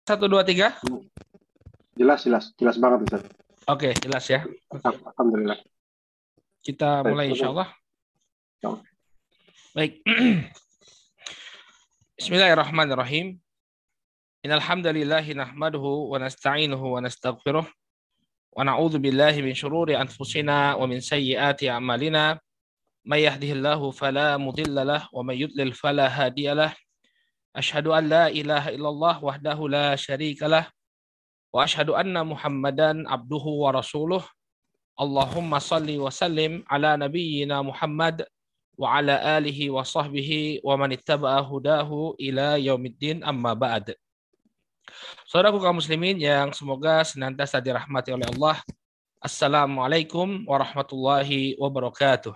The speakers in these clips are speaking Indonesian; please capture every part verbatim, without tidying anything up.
Satu, dua, tiga. Jelas, jelas, jelas banget Ustaz. Oke, jelas ya. Oke. Alhamdulillah. Kita Baik, mulai insya silakan. Allah. Baik. Bismillahirrahmanirrahim. Innal hamdalillahi nahmaduhu wa nasta'inuhu wa nastaghfiruh wa na'udzu billahi min syururi anfusina wa min sayyiati a'malina. May yahdihillahu fala mudilla lahu wa may yudlil fala hadiyalah. Asyhadu an la ilaha illallah wahdahu la syarikalah wa asyhadu anna Muhammadan abduhu wa rasuluh. Allahumma salli wa sallim ala nabiyyina Muhammad wa ala alihi wa sahbihi wa man ittaba'a hudahu ila yaumiddin, amma ba'd. Saudaraku kaum muslimin yang semoga senantiasa dirahmati oleh Allah. Assalamualaikum warahmatullahi wabarakatuh.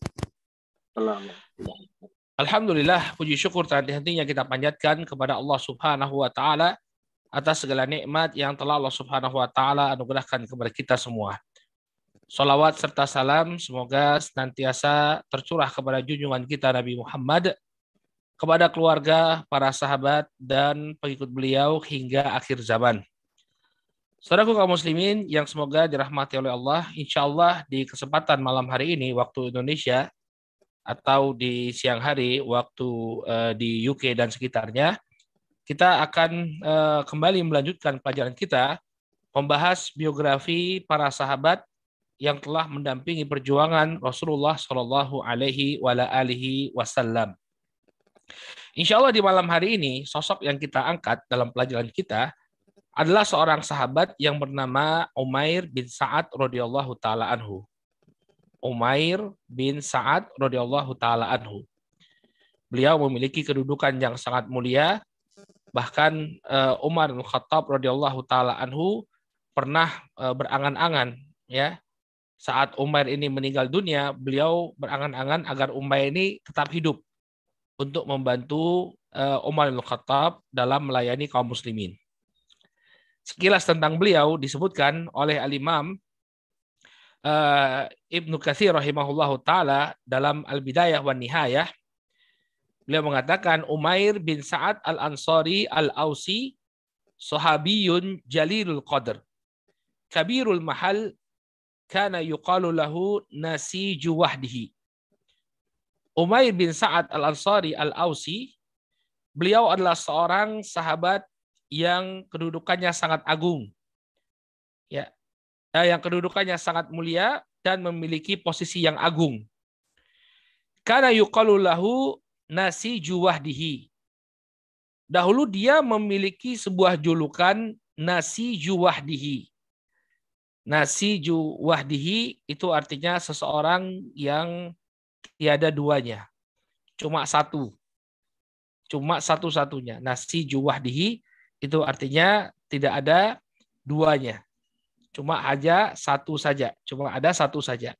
Alhamdulillah, puji syukur tak henti-hentinya kita panjatkan kepada Allah Subhanahu wa taala atas segala nikmat yang telah Allah Subhanahu wa taala anugerahkan kepada kita semua. Salawat serta salam semoga senantiasa tercurah kepada junjungan kita Nabi Muhammad, kepada keluarga, para sahabat, dan pengikut beliau hingga akhir zaman. Saudaraku kaum muslimin yang semoga dirahmati oleh Allah, insya Allah di kesempatan malam hari ini waktu Indonesia atau di siang hari waktu uh, di U K dan sekitarnya, kita akan uh, kembali melanjutkan pelajaran kita membahas biografi para sahabat yang telah mendampingi perjuangan Rasulullah Shallallahu Alaihi Wasallam. Insya Allah di malam hari ini sosok yang kita angkat dalam pelajaran kita adalah seorang sahabat yang bernama Umair bin Sa'ad radhiyallahu taala anhu. Umair bin Sa'ad radhiyallahu taala anhu. Beliau memiliki kedudukan yang sangat mulia. Bahkan uh, Umar bin Khattab radhiyallahu taala anhu pernah uh, berangan-angan, ya. Saat Umair ini meninggal dunia, beliau berangan-angan agar Umair ini tetap hidup untuk membantu uh, Umar bin Khattab dalam melayani kaum muslimin. Sekilas tentang beliau disebutkan oleh Al-Imam Uh, Ibnu Katsir rahimahullahu taala dalam Al-Bidayah wan Nihayah. Beliau mengatakan Umair bin Sa'ad Al-Ansari Al-Ausi sahabiyun jalilul qadr kabirul mahal kana yuqalu lahu nasiju wahdihi. Umair bin Sa'ad Al-Ansari Al-Ausi, beliau adalah seorang sahabat yang kedudukannya sangat agung, ya, yang kedudukannya sangat mulia dan memiliki posisi yang agung. Kana yuqalu lahu nasiju wahdihi. Dahulu dia memiliki sebuah julukan nasiju wahdihi. Nasiju wahdihi itu artinya seseorang yang tiada duanya. Cuma satu. Cuma satu-satunya. Nasiju wahdihi itu artinya tidak ada duanya. Cuma aja satu saja, cuma ada satu saja.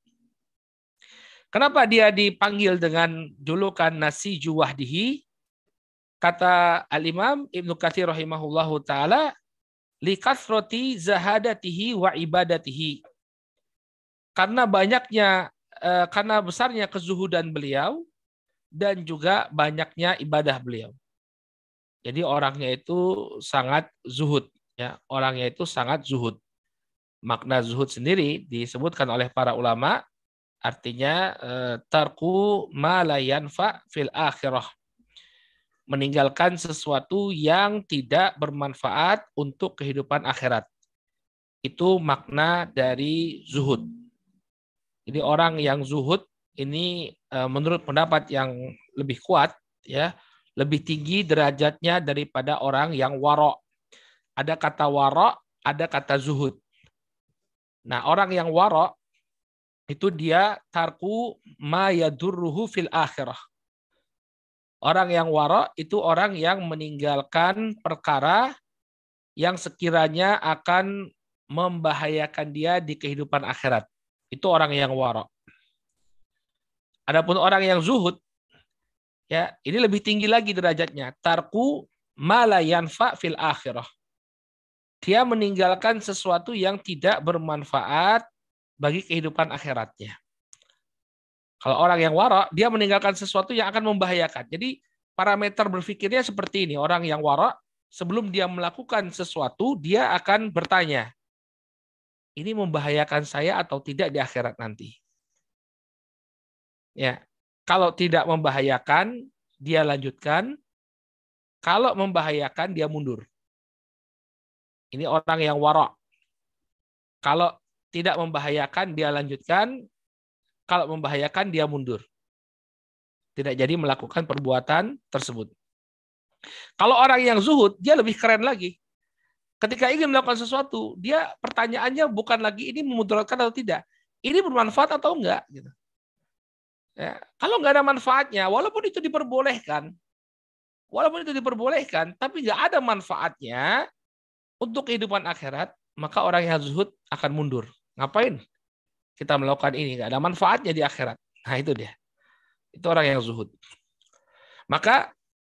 Kenapa dia dipanggil dengan julukan nasiju wahdihi? Kata Al-Imam Ibnu Katsir rahimahullahu taala, likathrati zahadatihi wa ibadatihi. Karena banyaknya eh, karena besarnya kezuhudan beliau dan juga banyaknya ibadah beliau. Jadi orangnya itu sangat zuhud, ya, orangnya itu sangat zuhud. Makna zuhud sendiri disebutkan oleh para ulama, artinya tarku ma la yanfa fil akhirah. Meninggalkan sesuatu yang tidak bermanfaat untuk kehidupan akhirat. Itu makna dari zuhud. Jadi orang yang zuhud ini menurut pendapat yang lebih kuat, ya, lebih tinggi derajatnya daripada orang yang wara'. Ada kata wara', ada kata zuhud. Nah, orang yang wara' itu dia tarku ma yadurruhu fil akhirah. Orang yang wara' itu orang yang meninggalkan perkara yang sekiranya akan membahayakan dia di kehidupan akhirat. Itu orang yang wara'. Adapun orang yang zuhud, ya, ini lebih tinggi lagi derajatnya. Tarku ma la yanfa fil akhirah. Dia meninggalkan sesuatu yang tidak bermanfaat bagi kehidupan akhiratnya. Kalau orang yang wara', dia meninggalkan sesuatu yang akan membahayakan. Jadi parameter berpikirnya seperti ini. Orang yang wara' sebelum dia melakukan sesuatu, dia akan bertanya, ini membahayakan saya atau tidak di akhirat nanti. Ya, kalau tidak membahayakan, dia lanjutkan. Kalau membahayakan, dia mundur. Ini orang yang wara'. Kalau tidak membahayakan, dia lanjutkan. Kalau membahayakan, dia mundur. Tidak jadi melakukan perbuatan tersebut. Kalau orang yang zuhud, dia lebih keren lagi. Ketika ingin melakukan sesuatu, dia pertanyaannya bukan lagi ini memudaratkan atau tidak. Ini bermanfaat atau enggak. Gitu. Ya. Kalau nggak ada manfaatnya, walaupun itu diperbolehkan, walaupun itu diperbolehkan, tapi nggak ada manfaatnya untuk kehidupan akhirat, maka orang yang zuhud akan mundur. Ngapain kita melakukan ini? Nggak ada manfaatnya di akhirat. Nah itu dia. Itu orang yang zuhud. Maka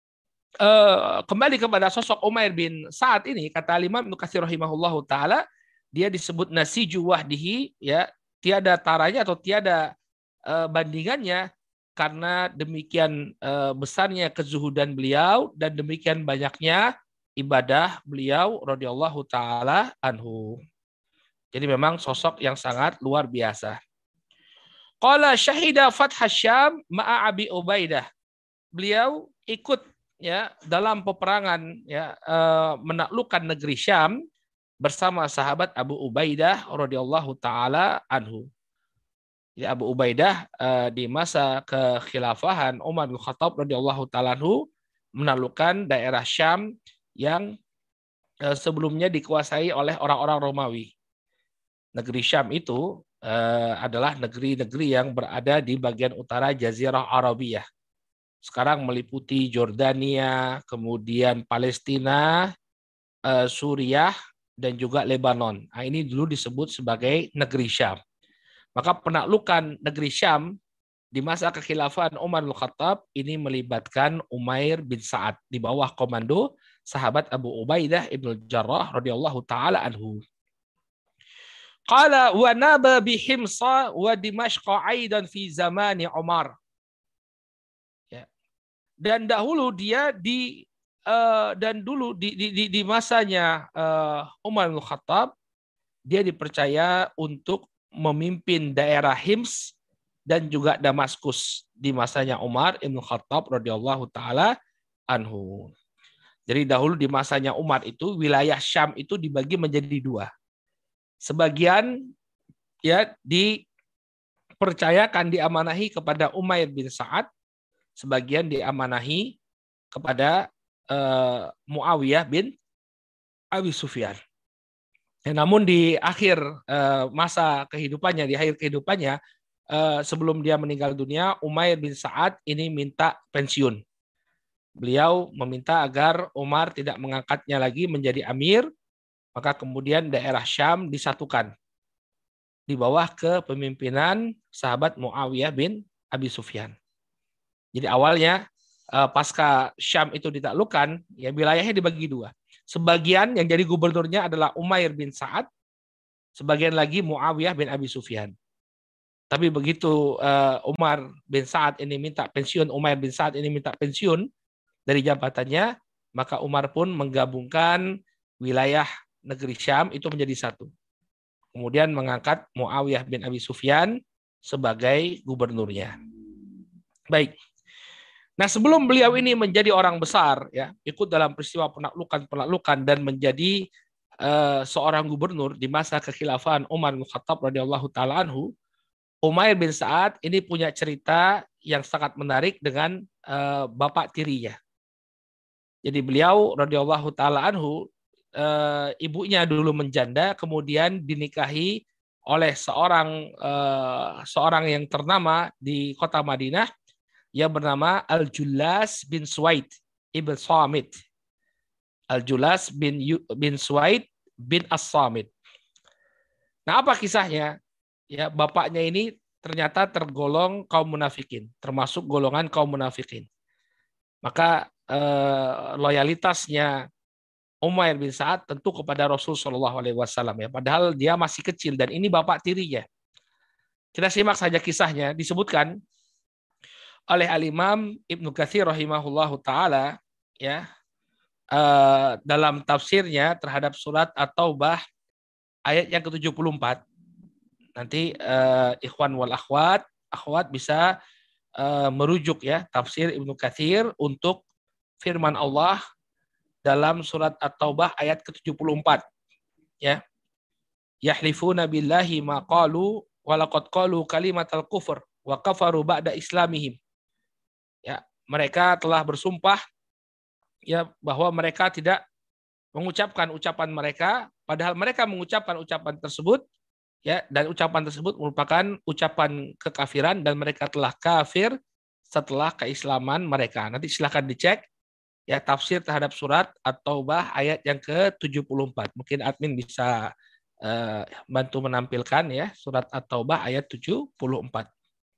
eh, kembali kepada sosok Umair bin Sa'ad ini, kata Imam Ibnu Katsir rahimahullahu taala, dia disebut nasiju wahdihi, ya, tiada taranya atau tiada eh, bandingannya karena demikian eh, besarnya kezuhudan beliau dan demikian banyaknya ibadah beliau radhiyallahu taala anhu. Jadi memang sosok yang sangat luar biasa. Qala syahida fathah Syam ma'a Abi Ubaidah. Beliau ikut ya dalam peperangan ya eh, menaklukkan negeri Syam bersama sahabat Abu Ubaidah radhiyallahu taala anhu. Jadi Abu Ubaidah eh, di masa kekhilafahan Umar bin Khattab radhiyallahu taala anhu menaklukkan daerah Syam yang eh, sebelumnya dikuasai oleh orang-orang Romawi. Negeri Syam itu eh, adalah negeri-negeri yang berada di bagian utara Jazirah Arabiyah. Sekarang meliputi Jordania, kemudian Palestina, eh, Suriah, dan juga Lebanon. Nah, ini dulu disebut sebagai negeri Syam. Maka penaklukan negeri Syam di masa kekhilafahan Umar bin Khattab ini melibatkan Umair bin Sa'ad di bawah komando sahabat Abu Ubaidah ibn Jarrah radhiyallahu taala anhu. Qala wa naba bi Himsa wa Dimashq aidan fi zamani Umar. Ya. Dan dahulu dia di uh, dan dulu di di, di masanya uh, Umar bin Khattab dia dipercaya untuk memimpin daerah Hims dan juga Damaskus di masanya Umar bin Khattab radhiyallahu taala anhu. Jadi dahulu di masanya Umar itu wilayah Syam itu dibagi menjadi dua. Sebagian ya dipercayakan diamanahi kepada Umair bin Sa'ad, sebagian diamanahi kepada uh, Muawiyah bin Abi Sufyan. Ya, namun di akhir uh, masa kehidupannya, di akhir kehidupannya uh, sebelum dia meninggal dunia, Umair bin Sa'ad ini minta pensiun. Beliau meminta agar Umar tidak mengangkatnya lagi menjadi amir, maka kemudian daerah Syam disatukan di bawah kepemimpinan sahabat Muawiyah bin Abi Sufyan. Jadi awalnya pasca Syam itu ditaklukkan, ya wilayahnya dibagi dua. Sebagian yang jadi gubernurnya adalah Umair bin Sa'ad, sebagian lagi Muawiyah bin Abi Sufyan. Tapi begitu Umar bin Sa'ad ini minta pensiun, Umair bin Sa'ad ini minta pensiun dari jabatannya, maka Umar pun menggabungkan wilayah negeri Syam itu menjadi satu. Kemudian mengangkat Muawiyah bin Abi Sufyan sebagai gubernurnya. Baik. Nah, sebelum beliau ini menjadi orang besar, ya, ikut dalam peristiwa penaklukan-penaklukan dan menjadi uh, seorang gubernur di masa kekhilafahan Umar bin Khattab radhiyallahu taala anhu, Umair bin Sa'ad ini punya cerita yang sangat menarik dengan uh, bapak tirinya. Jadi beliau radhiyallahu taala anhu Uh, ibunya dulu menjanda, kemudian dinikahi oleh seorang uh, seorang yang ternama di kota Madinah yang bernama Al-Julas bin Suwaid ibn Samit. Al-Julas bin bin Suwaid bin As-Samit. Nah, apa kisahnya? Ya, bapaknya ini ternyata tergolong kaum munafikin, termasuk golongan kaum munafikin. Maka uh, loyalitasnya Umair bin Sa'ad tentu kepada Rasul Shallallahu Alaihi Wasallam, ya. Padahal dia masih kecil dan ini bapak tirinya. Kita simak saja kisahnya. Disebutkan oleh Al Imam Ibnu Katsir rahimahullahu taala, ya, uh, dalam tafsirnya terhadap surat At-Taubah ayat yang ke tujuh puluh empat. Nanti uh, ikhwan wal akhwat, akhwat bisa uh, merujuk ya tafsir Ibnu Katsir untuk firman Allah dalam surat At-Taubah ayat ke tujuh puluh empat ya. Yahlifuna billahi ma qalu wa laqad qalu kalimatal kufur wa kafaru ba'da islamihim. Ya, mereka telah bersumpah ya bahwa mereka tidak mengucapkan ucapan mereka, padahal mereka mengucapkan ucapan tersebut ya, dan ucapan tersebut merupakan ucapan kekafiran dan mereka telah kafir setelah keislaman mereka. Nanti silahkan dicek ya tafsir terhadap surat At-Taubah ayat yang ke tujuh puluh empat. Mungkin admin bisa uh, bantu menampilkan ya surat At-Taubah ayat tujuh puluh empat.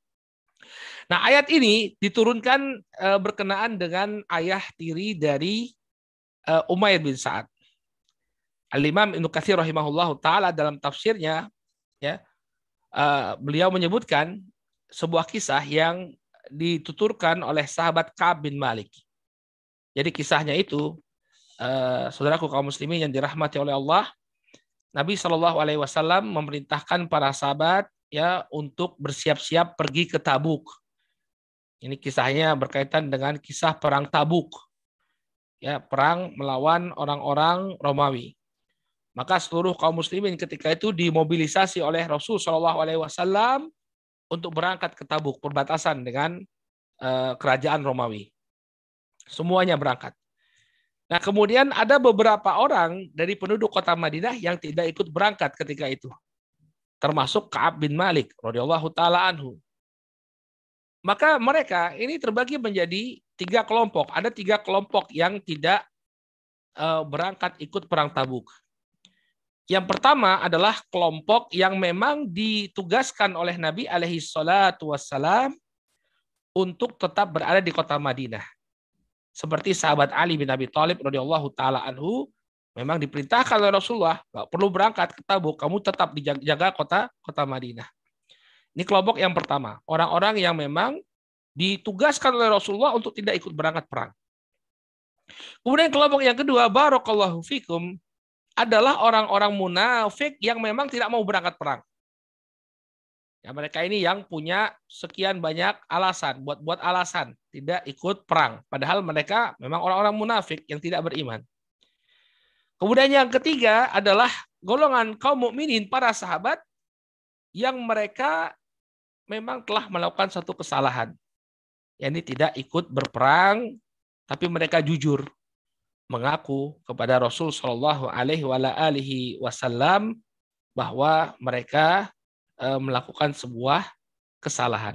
Nah, ayat ini diturunkan uh, berkenaan dengan ayah tiri dari uh, Umair bin Sa'ad. Al-Imam Ibnu Katsir rahimahullahu taala dalam tafsirnya ya, uh, beliau menyebutkan sebuah kisah yang dituturkan oleh sahabat Ka'ab bin Malik. Jadi kisahnya itu, uh, saudaraku kaum muslimin yang dirahmati oleh Allah, Nabi shallallahu alaihi wasallam memerintahkan para sahabat ya untuk bersiap-siap pergi ke Tabuk. Ini kisahnya berkaitan dengan kisah perang Tabuk, ya perang melawan orang-orang Romawi. Maka seluruh kaum muslimin ketika itu dimobilisasi oleh Rasul shallallahu alaihi wasallam untuk berangkat ke Tabuk, perbatasan dengan uh, kerajaan Romawi. Semuanya berangkat. Nah, kemudian ada beberapa orang dari penduduk kota Madinah yang tidak ikut berangkat ketika itu, termasuk Ka'ab bin Malik radhiyallahu taala anhu. Maka mereka ini terbagi menjadi tiga kelompok. Ada tiga kelompok yang tidak uh, berangkat ikut perang Tabuk. Yang pertama adalah kelompok yang memang ditugaskan oleh Nabi alaihi salatu wassalam untuk tetap berada di kota Madinah. Seperti sahabat Ali bin Abi Thalib radhiyallahu taala anhu, memang diperintahkan oleh Rasulullah, enggak perlu berangkat ke Tabuk, kamu tetap dijaga kota kota Madinah. Ini kelompok yang pertama, orang-orang yang memang ditugaskan oleh Rasulullah untuk tidak ikut berangkat perang. Kemudian kelompok yang kedua, barakallahu fikum, adalah orang-orang munafik yang memang tidak mau berangkat perang. Ya, mereka ini yang punya sekian banyak alasan, buat-buat alasan tidak ikut perang. Padahal mereka memang orang-orang munafik yang tidak beriman. Kemudian yang ketiga adalah golongan kaum mukminin, para sahabat, yang mereka memang telah melakukan satu kesalahan. Yakni tidak ikut berperang, tapi mereka jujur mengaku kepada Rasul Shallallahu Alaihi Wasallam bahwa mereka e, melakukan sebuah kesalahan.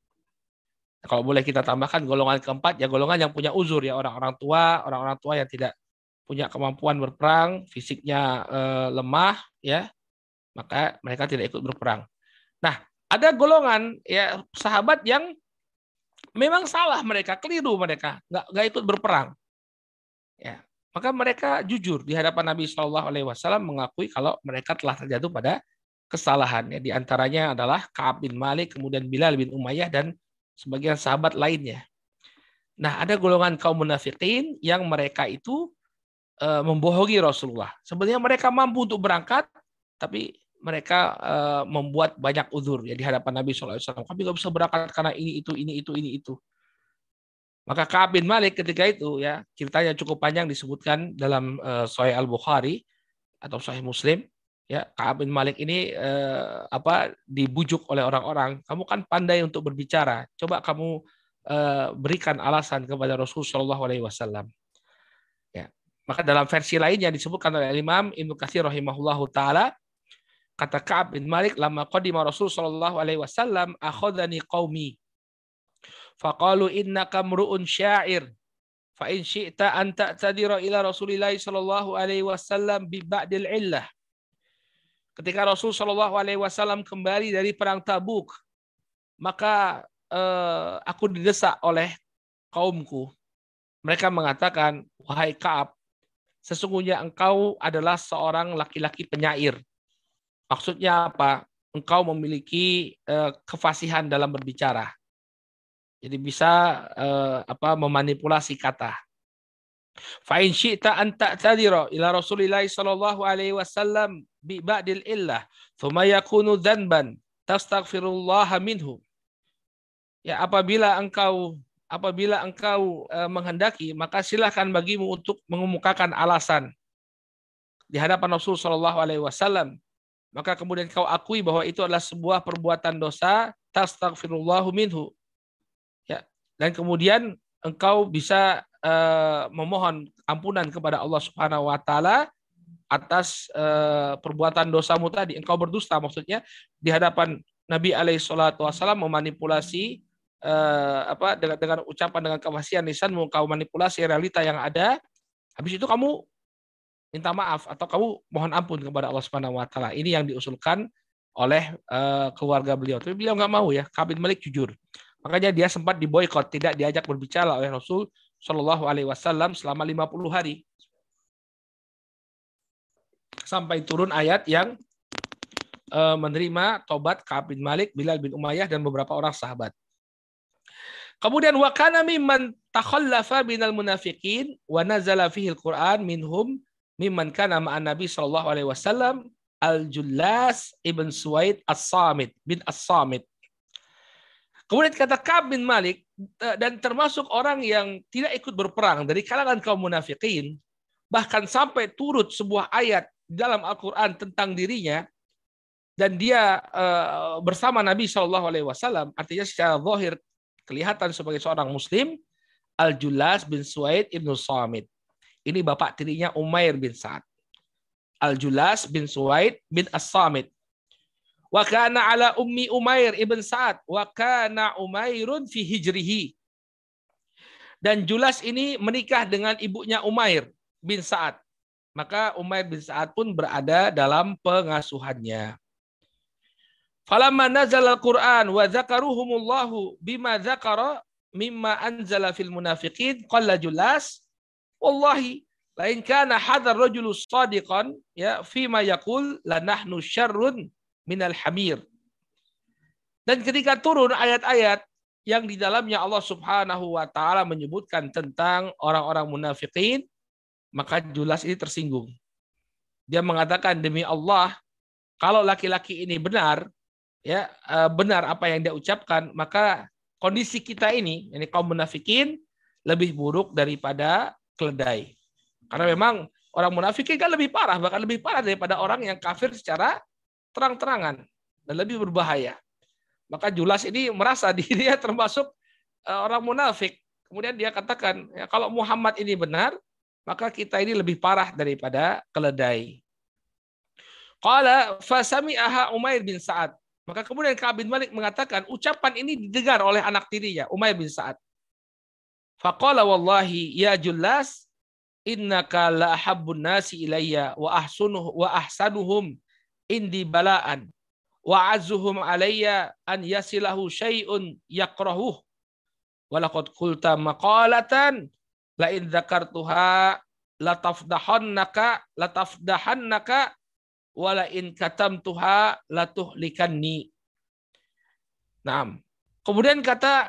Kalau boleh kita tambahkan golongan keempat ya golongan yang punya uzur ya, orang-orang tua, orang-orang tua yang tidak punya kemampuan berperang, fisiknya e, lemah ya, maka mereka tidak ikut berperang. Nah, ada golongan ya sahabat yang memang salah mereka, keliru mereka, nggak nggak ikut berperang. Ya, maka mereka jujur di hadapan Nabi Shallallahu Alaihi Wasallam mengakui kalau mereka telah terjatuh pada kesalahan. Ya, di antaranya adalah Ka'ab bin Malik, kemudian Bilal bin Umayyah dan sebagian sahabat lainnya. Nah, ada golongan kaum munafikin yang mereka itu e, membohongi Rasulullah. Sebenarnya mereka mampu untuk berangkat, tapi mereka e, membuat banyak uzur ya di hadapan Nabi Shallallahu Alaihi Wasallam. Kami nggak bisa berangkat karena ini itu ini itu ini itu. Maka Ka'ab bin Malik ketika itu ya ceritanya cukup panjang disebutkan dalam uh, Sahih Al-Bukhari atau Sahih Muslim ya. Ka'ab bin Malik ini uh, apa dibujuk oleh orang-orang, kamu kan pandai untuk berbicara, coba kamu uh, berikan alasan kepada Rasul Shallallahu Alaihi Wasallam. Ya, maka dalam versi lainnya disebutkan oleh Imam Ibnu Katsir rahimahullahu taala, kata Ka'ab bin Malik, lama qadima Rasul Shallallahu Alaihi Wasallam akhadhani qaumi faqalu innaka mru'un sya'ir fa in syi'ta an ta'tadira ila Rasulillah sallallahu alaihi wasallam bi ba'dil illah. Ketika Rasul sallallahu alaihi wasallam kembali dari perang Tabuk, maka eh, aku didesak oleh kaumku. Mereka mengatakan, wahai Ka'ab, sesungguhnya engkau adalah seorang laki-laki penyair. Maksudnya apa? Engkau memiliki eh, kefasihan dalam berbicara. Jadi bisa eh, apa memanipulasi kata. Fa in syi'ta an ta'tadira ila Rasulillah sallallahu alaihi wasallam bi ba'dil illah, thumma yakunu dzanban tastaghfirullah minhu. Ya, apabila engkau apabila engkau e, menghendaki, maka silakan bagimu untuk mengemukakan alasan di hadapan Rasul sallallahu alaihi wasallam. Maka kemudian kau akui bahwa itu adalah sebuah perbuatan dosa, tastaghfirullahu minhu. Ya, dan kemudian engkau bisa uh, memohon ampunan kepada Allah Subhanahu wa taala atas uh, perbuatan dosamu tadi. Engkau berdusta maksudnya di hadapan Nabi alaihi salatu wasallam, memanipulasi uh, apa dengan dengan ucapan, dengan kefasihan lisanmu, kau manipulasi realita yang ada. Habis itu kamu minta maaf atau kamu mohon ampun kepada Allah Subhanahu wa taala. Ini yang diusulkan oleh uh, keluarga beliau. Tapi beliau nggak mau ya. Ka'b bin Malik jujur. Makanya dia sempat diboikot, tidak diajak berbicara oleh Rasul Shallallahu alaihi wasallam selama lima puluh hari. Sampai turun ayat yang uh, menerima tobat Ka'b bin Malik, Bilal bin Umayyah dan beberapa orang sahabat. Kemudian wa kana mimman takhallafa minal munafiqin wa nazala fihi al-Qur'an minhum mimman kana ma'an Nabi sallallahu alaihi wasallam Al-Jullas ibn Suwaid As-Samit bin As-Samit. Kemudian kata Ka'b bin Malik, dan termasuk orang yang tidak ikut berperang dari kalangan kaum munafikin, bahkan sampai turut sebuah ayat dalam Al-Quran tentang dirinya, dan dia uh, bersama Nabi sallallahu alaihi wasallam, artinya secara zahir kelihatan sebagai seorang muslim, Al-Jullas bin Suwaid ibn Samit. Ini bapak tirinya Umair bin Sa'ad. Al-Jullas bin Suwaid bin As-Samit. Wa kana ala ummi Umair ibn Sa'ad. Wa kana Umairun fi hijrihi. Dan Julas ini menikah dengan ibunya Umair bin Sa'ad. Maka Umair bin Sa'ad pun berada dalam pengasuhannya. Falamma nazala al-Qur'an wa zakaruhumullahu bima zakara mimma anzala fil munafiqin qalla Julas. Wallahi, lain kana hadar rajulus sadiqan ya fima yaqul la nahnu syarrun minal hamir. Dan ketika turun ayat-ayat yang di dalamnya Allah Subhanahu wa taala menyebutkan tentang orang-orang munafikin, maka Julas ini tersinggung. Dia mengatakan, demi Allah, kalau laki-laki ini benar, ya benar apa yang dia ucapkan, maka kondisi kita ini, ini kaum munafikin, lebih buruk daripada keledai. Karena memang orang munafikin kan lebih parah, bahkan lebih parah daripada orang yang kafir secara terang-terangan dan lebih berbahaya. Maka Julas ini merasa dirinya termasuk orang munafik. Kemudian dia katakan, ya, kalau Muhammad ini benar, maka kita ini lebih parah daripada keledai. Qala fasami'aha Umair bin Sa'ad. Maka kemudian Ka'b bin Malik mengatakan, ucapan ini didengar oleh anak tirinya, Umair bin Sa'ad. Faqala wallahi ya Jullas innaka la ahabbun nasi ilayya wa ahsunuh wa ahsanuhum indi bala'an wa azzuhum alayya an yasilahu syai'un yakrahuh wa laqad qulta maqalatan la in dzakartuha latafdahannaka latafdahannaka wa la in katamtuha latuhlikanni. Naam. Kemudian kata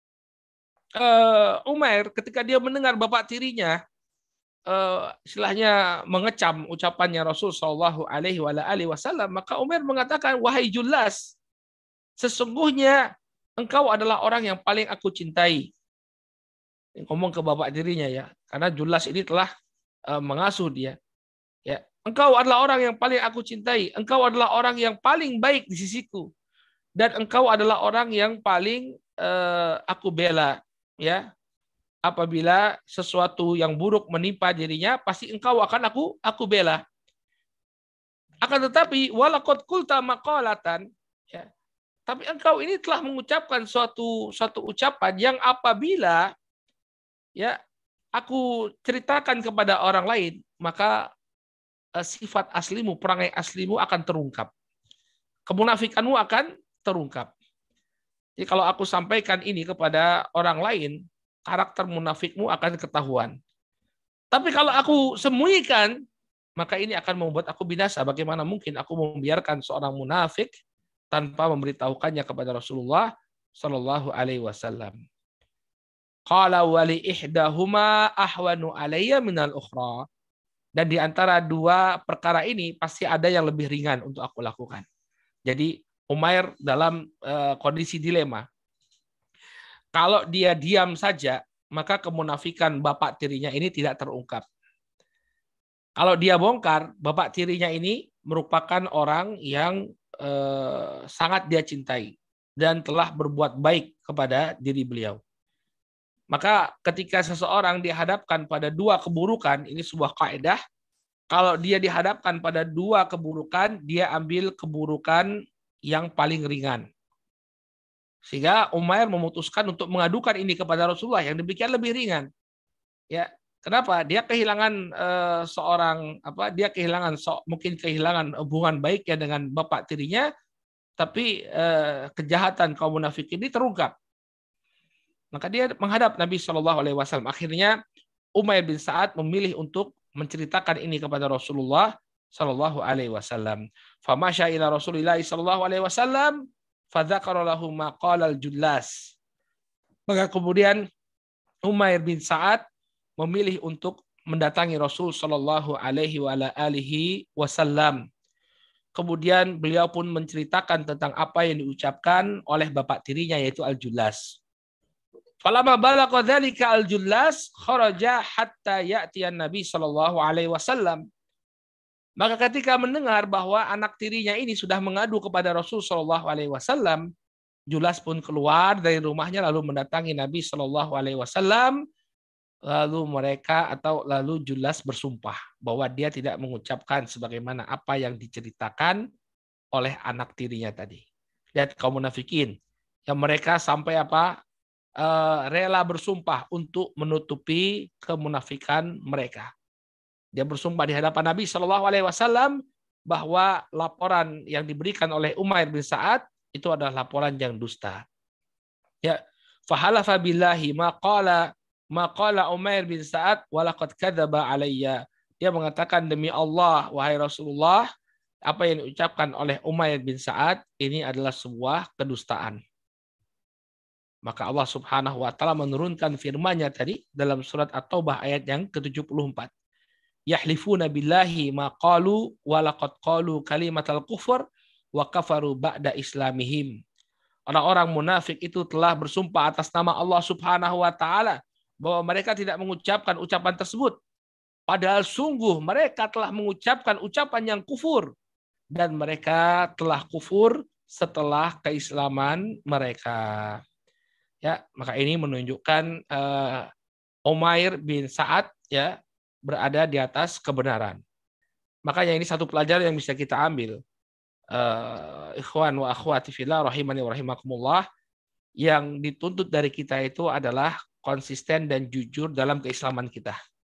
Uh, Umair ketika dia mendengar bapak tirinya uh, istilahnya mengecam ucapannya Rasul Shallallahu Alaihi Wasallam, maka Umair mengatakan, wahai Jullas, sesungguhnya engkau adalah orang yang paling aku cintai. Ngomong ke bapak tirinya ya, karena Jullas ini telah uh, mengasuh dia. Ya, engkau adalah orang yang paling aku cintai. Engkau adalah orang yang paling baik di sisiku, dan engkau adalah orang yang paling uh, aku bela. Ya, apabila sesuatu yang buruk menimpa dirinya, pasti engkau akan aku aku bela. Akan tetapi walaqad qulta maqalatan, ya, tapi engkau ini telah mengucapkan suatu suatu ucapan yang apabila ya aku ceritakan kepada orang lain, maka eh, sifat aslimu, perangai aslimu akan terungkap. Kemunafikanmu akan terungkap. Jadi kalau aku sampaikan ini kepada orang lain, karakter munafikmu akan ketahuan. Tapi kalau aku sembunyikan, maka ini akan membuat aku binasa. Bagaimana mungkin aku membiarkan seorang munafik tanpa memberitahukannya kepada Rasulullah Shallallahu Alaihi Wasallam. Qala wali ihdahuma ahwanu alayya minal ukhra. Dan di antara dua perkara ini pasti ada yang lebih ringan untuk aku lakukan. Jadi Umair dalam uh, kondisi dilema. Kalau dia diam saja, maka kemunafikan bapak tirinya ini tidak terungkap. Kalau dia bongkar, bapak tirinya ini merupakan orang yang uh, sangat dia cintai dan telah berbuat baik kepada diri beliau. Maka ketika seseorang dihadapkan pada dua keburukan, ini sebuah kaidah, kalau dia dihadapkan pada dua keburukan, dia ambil keburukan yang paling ringan. Sehingga Umair memutuskan untuk mengadukan ini kepada Rasulullah yang demikian lebih ringan. Ya, kenapa? Dia kehilangan uh, seorang apa? Dia kehilangan so, mungkin kehilangan hubungan baiknya dengan bapak tirinya, tapi uh, kejahatan kaum munafik ini terungkap. Maka dia menghadap Nabi Shallallahu Alaihi Wasallam. Akhirnya Umair bin Sa'ad memilih untuk menceritakan ini kepada Rasulullah Shallallahu Alaihi Wasallam. Famasya ila Rasulillah Shallallahu Alaihi Wasallam, fadzakara lahu ma qala al-jullas. Maka kemudian Umair bin Sa'ad memilih untuk mendatangi Rasul Shallallahu Alaihi Wasallam. Kemudian beliau pun menceritakan tentang apa yang diucapkan oleh bapak tirinya yaitu al-jullas. Falamma balagha dzalika al-jullas kharaja hatta ya'tiyan Nabi sallallahu alaihi wasallam. Maka ketika mendengar bahwa anak tirinya ini sudah mengadu kepada Rasul sallallahu alaihi wasallam, Jullas pun keluar dari rumahnya lalu mendatangi Nabi sallallahu alaihi wasallam. Lalu mereka atau lalu Jullas bersumpah bahwa dia tidak mengucapkan sebagaimana apa yang diceritakan oleh anak tirinya tadi. Dan kaum munafikin yang mereka sampai apa? Uh, rela bersumpah untuk menutupi kemunafikan mereka. Dia bersumpah di hadapan Nabi Shallallahu Alaihi Wasallam bahwa laporan yang diberikan oleh Umair bin Sa'ad itu adalah laporan yang dusta. Ya, fahalafa billahi maqala maqala Umair bin Sa'ad walaqad kadzaba alayya. Dia mengatakan demi Allah wahai Rasulullah, apa yang diucapkan oleh Umair bin Sa'ad ini adalah sebuah kedustaan. Maka Allah Subhanahu wa taala menurunkan firman-Nya tadi dalam surat At-Taubah ayat yang ke tujuh puluh empat. Yahlifuna billahi ma qalu wa laqad qalu kalimatal kufur wa kafaru ba'da islamihim. Orang-orang munafik itu telah bersumpah atas nama Allah Subhanahu wa taala bahwa mereka tidak mengucapkan ucapan tersebut. Padahal sungguh mereka telah mengucapkan ucapan yang kufur dan mereka telah kufur setelah keislaman mereka. Ya, maka ini menunjukkan uh, Umair bin Sa'ad ya berada di atas kebenaran. Makanya ini satu pelajaran yang bisa kita ambil. Uh, ikhwan wa akhwati fillah rahimani wa rahimakumullah, yang dituntut dari kita itu adalah konsisten dan jujur dalam keislaman kita.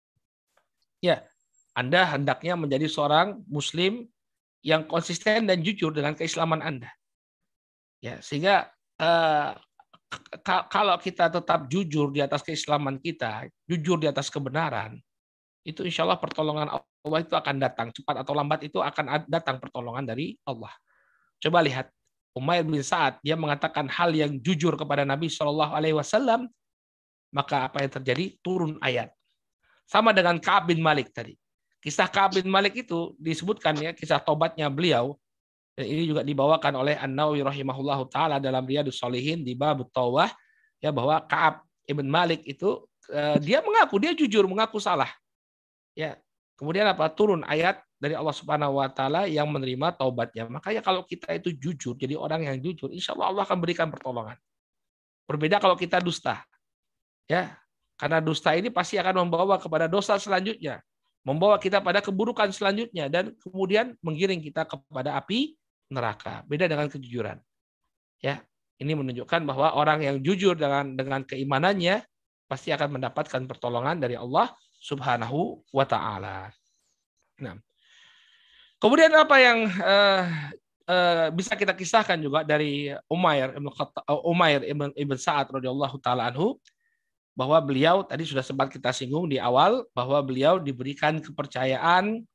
Ya, Anda hendaknya menjadi seorang muslim yang konsisten dan jujur dengan keislaman Anda. Ya, sehingga uh, kalau kita tetap jujur di atas keislaman kita, jujur di atas kebenaran, itu insya Allah pertolongan Allah itu akan datang. Cepat atau lambat itu akan datang pertolongan dari Allah. Coba lihat, Umair bin Sa'ad, dia mengatakan hal yang jujur kepada Nabi shallallahu alaihi wasallam, maka apa yang terjadi? Turun ayat. Sama dengan Ka'ab bin Malik tadi. Kisah Ka'ab bin Malik itu disebutkan ya, kisah tobatnya beliau. Dan ini juga dibawakan oleh An-Nawawi rahimahullahu taala dalam Riyadhus Shalihin di bab Taubah ya, bahwa Ka'ab ibn Malik itu eh, dia mengaku, dia jujur mengaku salah. Ya. Kemudian apa? Turun ayat dari Allah Subhanahu wa taala yang menerima taubatnya. Makanya kalau kita itu jujur, jadi orang yang jujur, insya Allah Allah akan berikan pertolongan. Berbeda kalau kita dusta. Ya. Karena dusta ini pasti akan membawa kepada dosa selanjutnya, membawa kita pada keburukan selanjutnya dan kemudian menggiring kita kepada api neraka. Beda dengan kejujuran. Ya, ini menunjukkan bahwa orang yang jujur dengan dengan keimanannya pasti akan mendapatkan pertolongan dari Allah Subhanahu wa taala. Nah, kemudian apa yang uh, uh, bisa kita kisahkan juga dari Umair ibn Umair ibn, ibn Sa'ad radhiyallahu taala anhu, bahwa beliau tadi sudah sempat kita singgung di awal bahwa beliau diberikan kepercayaan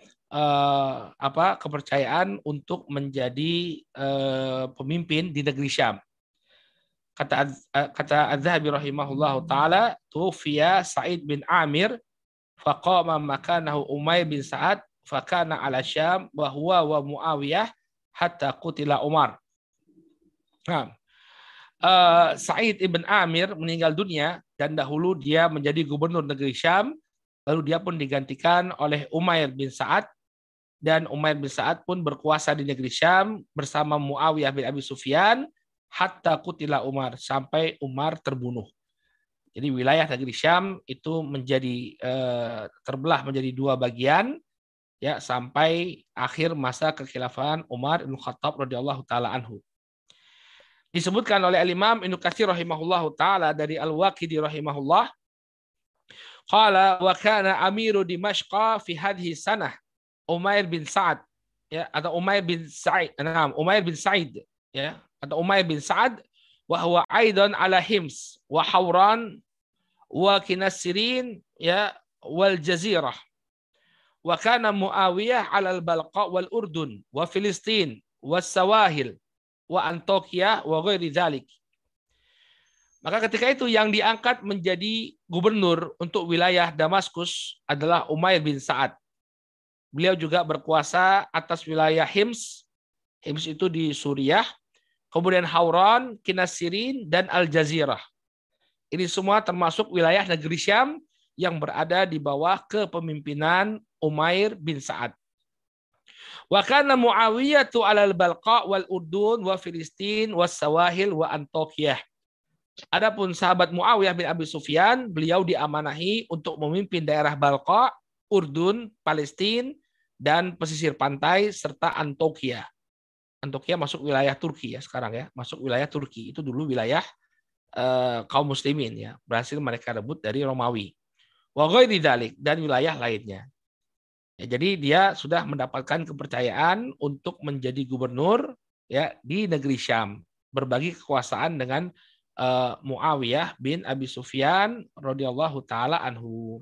Uh, apa kepercayaan untuk menjadi uh, pemimpin di negeri Syam. Kata kata Az-Zahabi rahimahullahu taala, tufiya Sa'id bin Amir faqama makanahu Umair bin Sa'ad fakana ala Syam wa huwa wa Muawiyah hatta qutila Umar. Nah, uh, Sa'id ibn Amir meninggal dunia dan dahulu dia menjadi gubernur negeri Syam, lalu dia pun digantikan oleh Umair bin Sa'ad, dan Umair bin Sa'ad pun berkuasa di negeri Syam bersama Muawiyah bin Abi Sufyan hatta qutila Umar, sampai Umar terbunuh. Jadi wilayah negeri Syam itu menjadi eh, terbelah menjadi dua bagian ya sampai akhir masa kekhilafahan Umar bin Khattab radhiyallahu taala anhu. Disebutkan oleh Al-Imam Ibnu Katsir rahimahullahu taala dari Al-Waqidi rahimahullah, qala wa kana amiru Dimashq fi hadhihi sanah Umair bin Sa'ad, ya, atau Umair bin Sa'id, nah, Umair bin Sa'id, ya, atau Umair bin Sa'ad, wa huwa aidan ala Hims wa Hawran wa Kinasirin, ya, wal Jazirah. Wa kana Muawiyah ala al-Balqa wal Urdun wa Filistin was Sawahil wa Antokia wa ghairi dzalik. Maka ketika itu yang diangkat menjadi gubernur untuk wilayah Damaskus adalah Umair bin Sa'ad. Beliau juga berkuasa atas wilayah Hims. Hims itu di Suriah. Kemudian Hauran, Kinasirin, dan Al-Jazirah. Ini semua termasuk wilayah negeri Syam yang berada di bawah kepemimpinan Umair bin Sa'ad. Wa kana Muawiyatu 'alal Balqa wal Urdun wa Filistin was Sawahil wa Antokiyah. Adapun sahabat Muawiyah bin Abi Sufyan, beliau diamanahi untuk memimpin daerah Balqa, Urdun, Palestina, dan pesisir pantai serta Antokia. Antokia masuk wilayah Turki ya sekarang ya, masuk wilayah Turki. Itu dulu wilayah eh, kaum muslimin ya, berhasil mereka rebut dari Romawi. Wa ghairi dzalik, dan wilayah lainnya. Ya, jadi dia sudah mendapatkan kepercayaan untuk menjadi gubernur ya di negeri Syam, berbagi kekuasaan dengan uh, Muawiyah bin Abi Sufyan radhiyallahu taala anhu.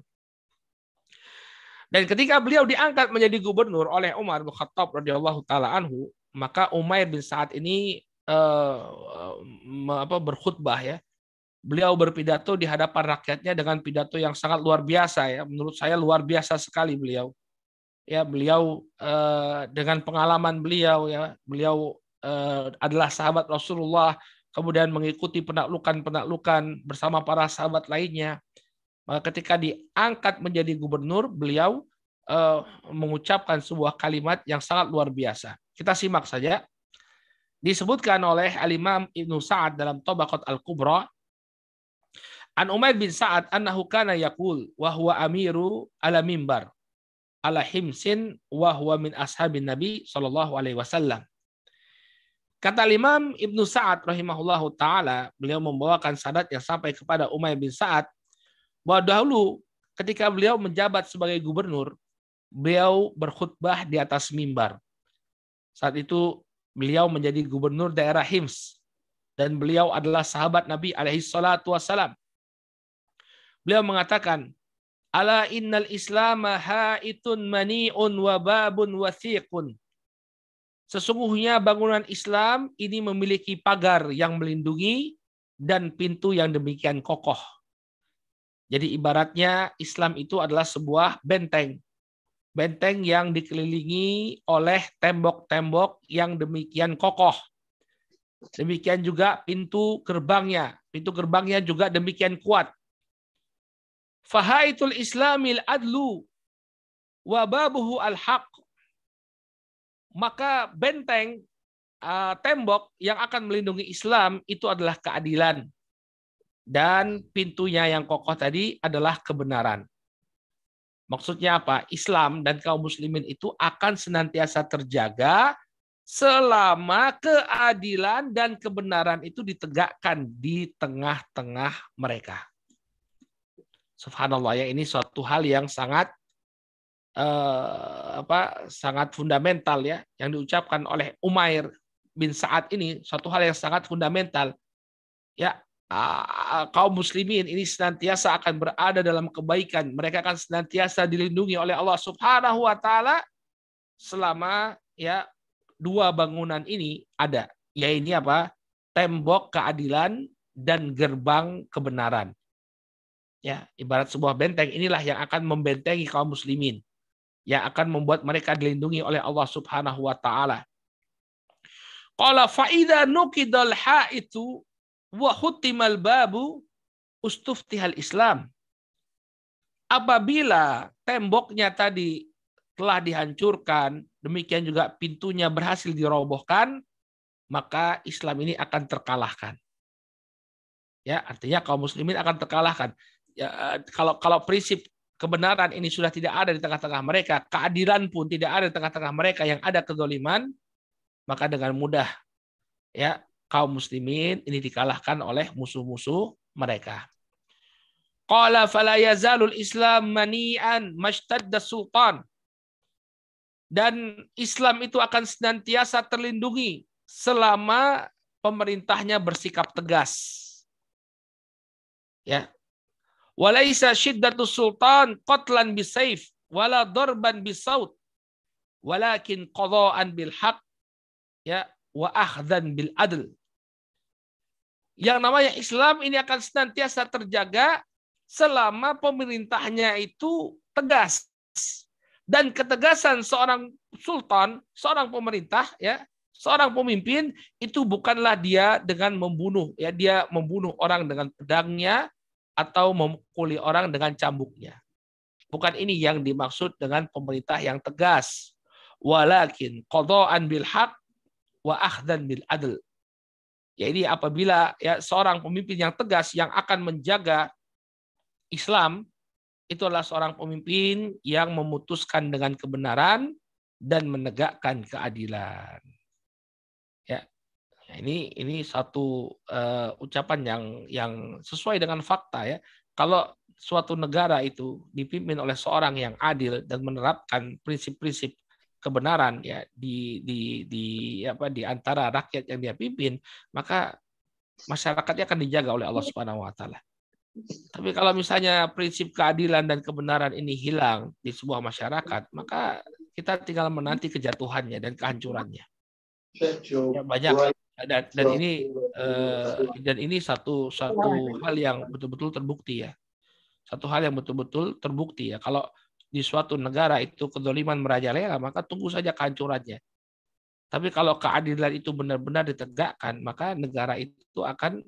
Dan ketika beliau diangkat menjadi gubernur oleh Umar bin Khattab radhiyallahu taala anhu, maka Umair bin Sa'ad ini uh, apa berkhutbah ya. Beliau berpidato di hadapan rakyatnya dengan pidato yang sangat luar biasa ya. Menurut saya luar biasa sekali beliau. Ya, beliau eh, dengan pengalaman beliau ya, beliau eh, adalah sahabat Rasulullah, kemudian mengikuti penaklukan-penaklukan bersama para sahabat lainnya. Maka ketika diangkat menjadi gubernur, beliau eh, mengucapkan sebuah kalimat yang sangat luar biasa. Kita simak saja. Disebutkan oleh Al-Imam Ibnu Sa'ad dalam Tabaqat Al-Kubra, an Umair bin Sa'ad annahu kana yaqul wa huwa amiru ala mimbar ala Himsin wa huwa min ashabin Nabi sallallahu alaihi wasallam. Kata Imam Ibnu Sa'ad rahimahullahu taala, beliau membawakan sanad yang sampai kepada Umair bin Sa'ad bahwa dahulu ketika beliau menjabat sebagai gubernur, beliau berkhutbah di atas mimbar. Saat itu beliau menjadi gubernur daerah Hims dan beliau adalah sahabat Nabi alaihi salatu wasallam. Beliau mengatakan, ala innal islama haitun mani'un wa babun wathiqun. Sesungguhnya bangunan Islam ini memiliki pagar yang melindungi dan pintu yang demikian kokoh. Jadi ibaratnya Islam itu adalah sebuah benteng. Benteng yang dikelilingi oleh tembok-tembok yang demikian kokoh. Demikian juga pintu gerbangnya. Pintu gerbangnya juga demikian kuat. Fahaitul Islamil adlu wa babuhu al-haq. Maka benteng uh, tembok yang akan melindungi Islam itu adalah keadilan, dan pintunya yang kokoh tadi adalah kebenaran. Maksudnya apa? Islam dan kaum muslimin itu akan senantiasa terjaga selama keadilan dan kebenaran itu ditegakkan di tengah-tengah mereka. Subhanallah ya, ini suatu hal yang sangat eh, apa sangat fundamental ya, yang diucapkan oleh Umair bin Sa'ad ini, suatu hal yang sangat fundamental ya. Kaum muslimin ini senantiasa akan berada dalam kebaikan, mereka akan senantiasa dilindungi oleh Allah Subhanahu wa taala selama ya dua bangunan ini ada, yaitu apa? Tembok keadilan dan gerbang kebenaran. Ya, ibarat sebuah benteng, inilah yang akan membentengi kaum muslimin, yang akan membuat mereka dilindungi oleh Allah Subhanahu wa taala. Qala fa idza nuqidal haitu wa hutimal babu ustuftihal Islam. Apabila temboknya tadi telah dihancurkan, demikian juga pintunya berhasil dirobohkan, maka Islam ini akan terkalahkan. Ya, artinya kaum muslimin akan terkalahkan. Ya, kalau kalau prinsip kebenaran ini sudah tidak ada di tengah-tengah mereka, keadilan pun tidak ada di tengah-tengah mereka, yang ada kezaliman, maka dengan mudah ya kaum muslimin ini dikalahkan oleh musuh-musuh mereka. Qala fala yazalul Islam mani'an mashtadda sultan. Dan Islam itu akan senantiasa terlindungi selama pemerintahnya bersikap tegas. Ya. Walaisa shiddatus sultan qatlan bisayf wala darban bisaut walakin qada'an bil haq ya wa akhdan bil adl. Yang namanya Islam ini akan senantiasa terjaga selama pemerintahnya itu tegas. Dan ketegasan seorang sultan, seorang pemerintah, ya, seorang pemimpin itu bukanlah dia dengan membunuh, ya, dia membunuh orang dengan pedangnya atau memukuli orang dengan cambuknya. Bukan ini yang dimaksud dengan pemerintah yang tegas. Walakin qada'an bil haq wa akhdan bil adl. Ya, ini apabila ya seorang pemimpin yang tegas yang akan menjaga Islam, itu adalah seorang pemimpin yang memutuskan dengan kebenaran dan menegakkan keadilan. Ya, ini ini satu uh, ucapan yang yang sesuai dengan fakta ya. Kalau suatu negara itu dipimpin oleh seorang yang adil dan menerapkan prinsip-prinsip kebenaran ya di di di apa di antara rakyat yang dia pimpin, maka masyarakatnya akan dijaga oleh Allah Subhanahu wa taala. Tapi kalau misalnya prinsip keadilan dan kebenaran ini hilang di sebuah masyarakat, maka kita tinggal menanti kejatuhannya dan kehancurannya. Ya, banyak dan, dan ini eh, dan ini satu satu hal yang betul-betul terbukti ya. Satu hal yang betul-betul terbukti ya. Kalau di suatu negara itu kezaliman merajalela, maka tunggu saja kehancurannya. Tapi kalau keadilan itu benar-benar ditegakkan, maka negara itu akan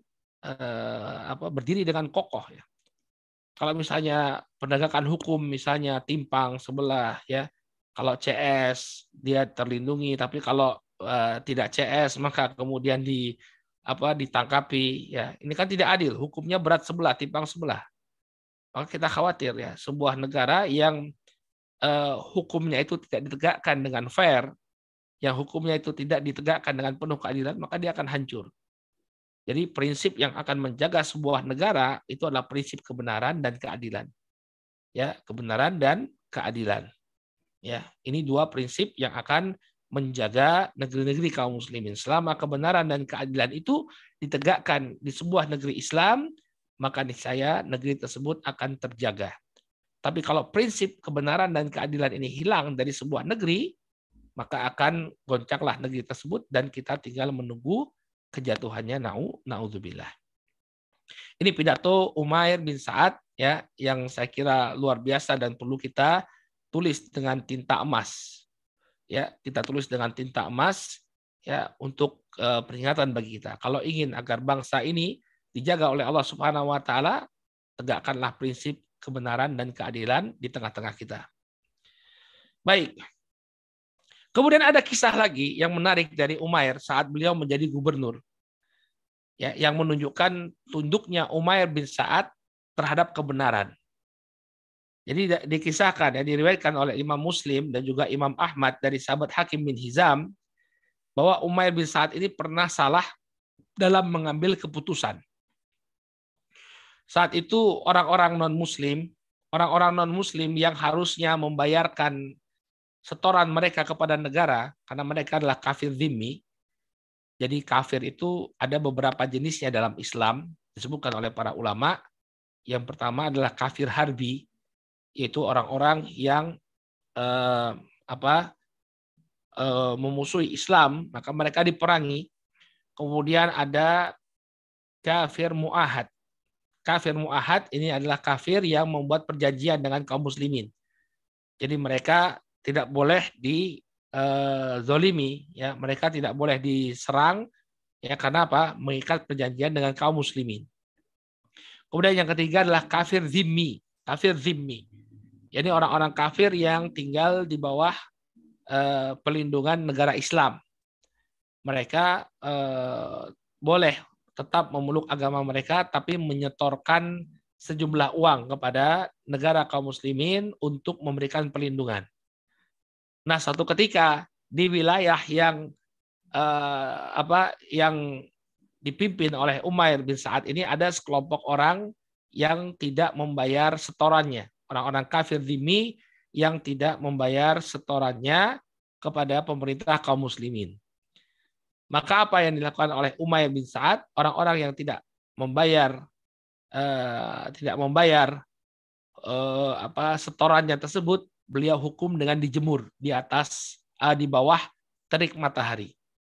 Eh, apa berdiri dengan kokoh ya. Kalau misalnya penegakan hukum misalnya timpang sebelah ya, kalau C S dia terlindungi, tapi kalau eh, tidak C S maka kemudian di apa ditangkapi ya, ini kan tidak adil, hukumnya berat sebelah, timpang sebelah. Maka kita khawatir ya sebuah negara yang eh, hukumnya itu tidak ditegakkan dengan fair, yang hukumnya itu tidak ditegakkan dengan penuh keadilan, maka dia akan hancur. Jadi prinsip yang akan menjaga sebuah negara itu adalah prinsip kebenaran dan keadilan. Ya, kebenaran dan keadilan. Ya, ini dua prinsip yang akan menjaga negeri-negeri kaum muslimin. Selama kebenaran dan keadilan itu ditegakkan di sebuah negeri Islam, maka niscaya negeri tersebut akan terjaga. Tapi kalau prinsip kebenaran dan keadilan ini hilang dari sebuah negeri, maka akan goncanglah negeri tersebut dan kita tinggal menunggu kejatuhannya. Na'u na'udzubillah. Ini pidato Umair bin Sa'ad ya yang saya kira luar biasa dan perlu kita tulis dengan tinta emas. Ya, kita tulis dengan tinta emas ya untuk uh, peringatan bagi kita. Kalau ingin agar bangsa ini dijaga oleh Allah Subhanahu wa taala, tegakkanlah prinsip kebenaran dan keadilan di tengah-tengah kita. Baik. Kemudian ada kisah lagi yang menarik dari Umair saat beliau menjadi gubernur. Ya, yang menunjukkan tunduknya Umair bin Sa'ad terhadap kebenaran. Jadi dikisahkan, ya, diriwayatkan oleh Imam Muslim dan juga Imam Ahmad dari sahabat Hakim bin Hizam bahwa Umair bin Sa'ad ini pernah salah dalam mengambil keputusan. Saat itu orang-orang non-Muslim, orang-orang non-Muslim yang harusnya membayarkan setoran mereka kepada negara karena mereka adalah kafir dhimmi. Jadi kafir itu ada beberapa jenisnya dalam Islam disebutkan oleh para ulama. Yang pertama adalah kafir harbi, yaitu orang-orang yang eh, apa eh, memusuhi Islam, maka mereka diperangi. Kemudian ada kafir mu'ahad. Kafir mu'ahad ini adalah kafir yang membuat perjanjian dengan kaum muslimin. Jadi mereka tidak boleh dizolimi, ya, mereka tidak boleh diserang, ya, karena apa? Mengikat perjanjian dengan kaum muslimin. Kemudian yang ketiga adalah kafir zimmi, kafir zimmi. Jadi orang-orang kafir yang tinggal di bawah eh, pelindungan negara Islam. Mereka eh, boleh tetap memeluk agama mereka, tapi menyetorkan sejumlah uang kepada negara kaum muslimin untuk memberikan perlindungan. Nah, suatu ketika di wilayah yang eh, apa yang dipimpin oleh Umair bin Sa'ad ini ada sekelompok orang yang tidak membayar setorannya, orang-orang kafir zimmi yang tidak membayar setorannya kepada pemerintah kaum muslimin. Maka apa yang dilakukan oleh Umair bin Sa'ad, orang-orang yang tidak membayar eh, tidak membayar eh, apa setorannya tersebut, beliau hukum dengan dijemur di atas eh, di bawah terik matahari.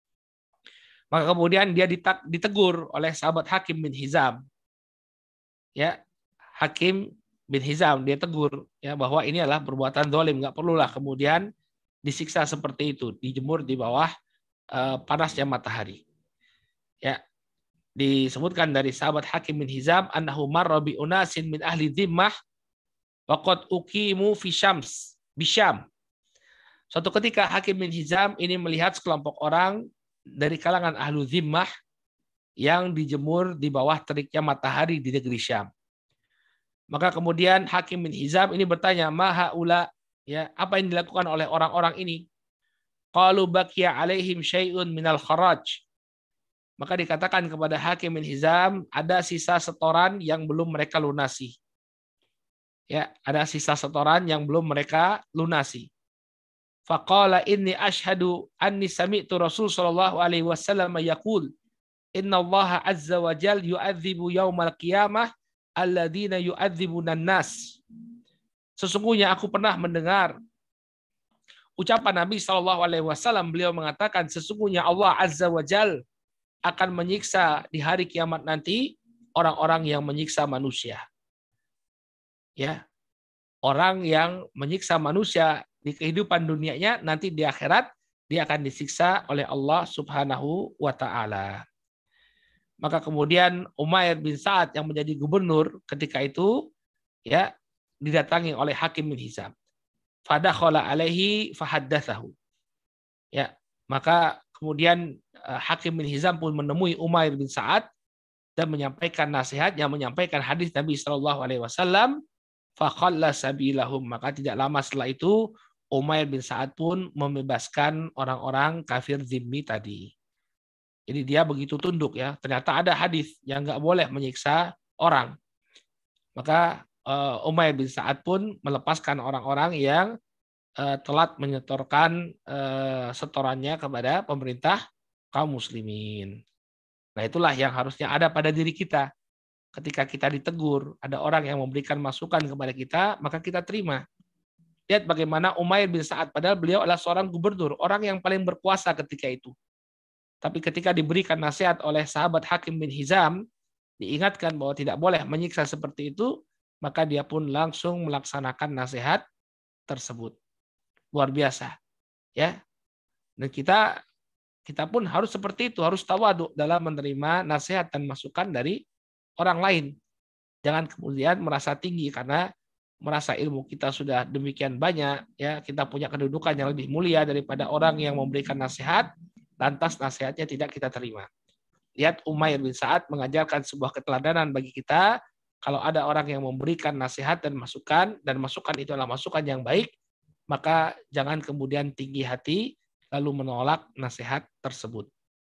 Maka kemudian dia ditegur oleh sahabat Hakim bin Hizam. Ya, Hakim bin Hizam dia tegur ya bahwa ini adalah perbuatan zalim, enggak perlulah kemudian disiksa seperti itu, dijemur di bawah uh, panasnya matahari. Ya, disebutkan dari sahabat Hakim bin Hizam annahu marra bi unasin min ahli dhimmah wa qad uqimu fi syams bisyam. Suatu ketika Hakim bin Hizam ini melihat sekelompok orang dari kalangan ahlu zimmah yang dijemur di bawah teriknya matahari di negeri Syam. Maka kemudian Hakim bin Hizam ini bertanya, "Ma haula?" Ya, apa yang dilakukan oleh orang-orang ini? Qalu baqiya alaihim syai'un minal kharaj. Maka dikatakan kepada Hakim bin Hizam, ada sisa setoran yang belum mereka lunasi. Ya, ada sisa setoran yang belum mereka lunasi. Faqala inni ashhadu anni sami'tu Rasul sallallahu alaihi wasallam yaqul inna Allah azza wa jal yu'adzibu yaumal qiyamah alladzina yu'adzibuna nas. Sesungguhnya aku pernah mendengar ucapan Nabi sallallahu alaihi wasallam, beliau mengatakan sesungguhnya Allah azza wa jal akan menyiksa di hari kiamat nanti orang-orang yang menyiksa manusia. Ya. Orang yang menyiksa manusia di kehidupan dunianya, nanti di akhirat dia akan disiksa oleh Allah Subhanahu wa taala. Maka kemudian Umair bin Sa'ad yang menjadi gubernur ketika itu ya didatangi oleh Hakim bin Hizam. Fadakhala alaihi fahaddatsahu. Ya, maka kemudian Hakim bin Hizam pun menemui Umair bin Sa'ad dan menyampaikan nasihat, yang menyampaikan hadis Nabi sallallahu alaihi wasallam. Faqalla sabilahum, maka tidak lama setelah itu Umair bin Sa'ad pun membebaskan orang-orang kafir zimmi tadi. Jadi dia begitu tunduk ya. Ternyata ada hadis yang nggak boleh menyiksa orang. Maka uh, Umair bin Sa'ad pun melepaskan orang-orang yang uh, telat menyetorkan uh, setorannya kepada pemerintah kaum muslimin. Nah, itulah yang harusnya ada pada diri kita. Ketika kita ditegur, ada orang yang memberikan masukan kepada kita, maka kita terima. Lihat bagaimana Umair bin Sa'ad, padahal beliau adalah seorang gubernur, orang yang paling berkuasa ketika itu. Tapi ketika diberikan nasihat oleh sahabat Hakim bin Hizam, diingatkan bahwa tidak boleh menyiksa seperti itu, maka dia pun langsung melaksanakan nasihat tersebut. Luar biasa. Ya. Dan kita kita pun harus seperti itu, harus tawadhu dalam menerima nasihat dan masukan dari orang lain. Jangan kemudian merasa tinggi karena merasa ilmu kita sudah demikian banyak, ya, kita punya kedudukan yang lebih mulia daripada orang yang memberikan nasihat, lantas nasihatnya tidak kita terima. Lihat Umair bin Sa'ad mengajarkan sebuah keteladanan bagi kita. Kalau ada orang yang memberikan nasihat dan masukan, dan masukan itu adalah masukan yang baik, maka jangan kemudian tinggi hati lalu menolak nasihat tersebut.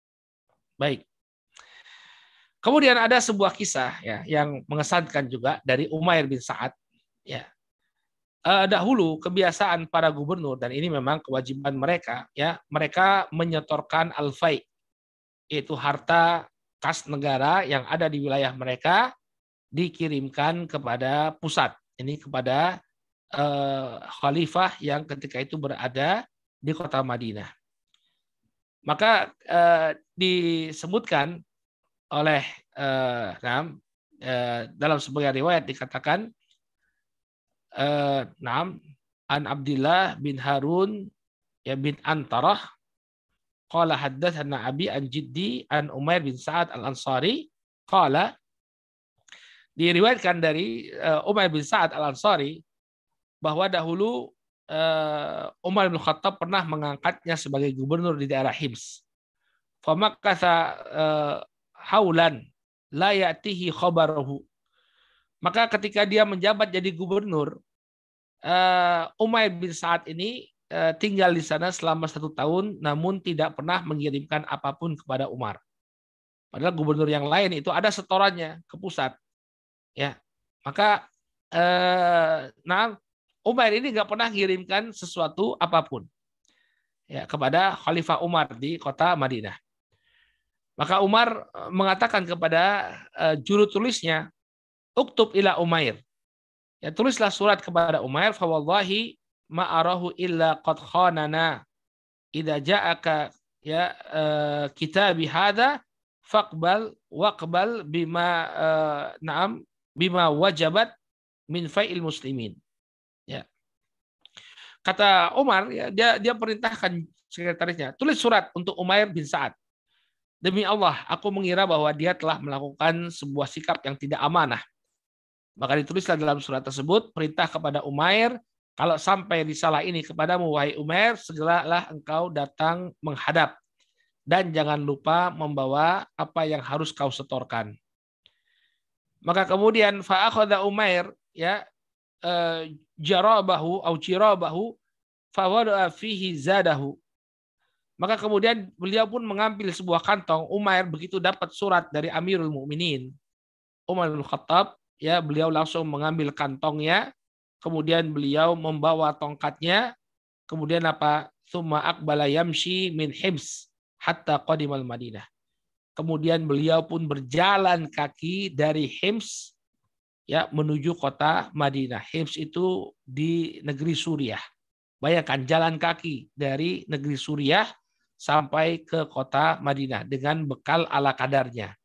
Baik. Kemudian ada sebuah kisah ya yang mengesankan juga dari Umair bin Sa'ad. Ya, eh, dahulu kebiasaan para gubernur, dan ini memang kewajiban mereka, ya, mereka menyetorkan al-fai, yaitu harta kas negara yang ada di wilayah mereka dikirimkan kepada pusat. Ini kepada eh, khalifah yang ketika itu berada di kota Madinah. Maka eh, disebutkan oleh eh, nah, eh, dalam sebagian riwayat dikatakan eh, nah, an Abdillah bin Harun ya bin Antarah qala haddatsana Abi an Jiddi an Umair bin Sa'ad Al-Ansari qala, diriwayatkan dari uh, Umair bin Sa'ad Al-Ansari bahwa dahulu uh, Umar bin Khattab pernah mengangkatnya sebagai gubernur di daerah Hims. Famakatha uh, haulan la ya'tihi khabarahu. Maka ketika dia menjabat jadi gubernur, uh, Umair bin Sa'ad ini uh, tinggal di sana selama satu tahun, namun tidak pernah mengirimkan apapun kepada Umar. Padahal gubernur yang lain itu ada setorannya ke pusat. Ya, maka eh, nah Umair ini nggak pernah mengirimkan sesuatu apapun ya kepada Khalifah Umar di kota Madinah. Maka Umar mengatakan kepada uh, juru tulisnya, uktub ila Umair. Ya, tulislah surat kepada Umair, fa wallahi ma arahu illa qad khanana. Idza ja'aka ya uh, kitabi hadza faqbal waqbal bima uh, na'am bima wajabat min fa'il muslimin. Ya. Kata Umar, ya, dia dia perintahkan sekretarisnya, tulis surat untuk Umair bin Sa'ad. Demi Allah, aku mengira bahwa dia telah melakukan sebuah sikap yang tidak amanah. Maka ditulislah dalam surat tersebut perintah kepada Umair, kalau sampai risalah ini kepadamu wahai Umair, segeralah engkau datang menghadap dan jangan lupa membawa apa yang harus kau setorkan. Maka kemudian fa akhadha Umair ya jarabahu au jirabahu fa wada'a fihi zadahu. Maka kemudian beliau pun mengambil sebuah kantong. Umair begitu dapat surat dari Amirul Mukminin Umar bin Khattab, ya beliau langsung mengambil kantongnya, kemudian beliau membawa tongkatnya, kemudian apa? Tsumma aqbala yamshi min Hims hatta qadimal Madinah. Kemudian beliau pun berjalan kaki dari Hims ya menuju kota Madinah. Hims itu di negeri Suriah. Bayangkan jalan kaki dari negeri Suriah sampai ke kota Madinah dengan bekal ala kadarnya.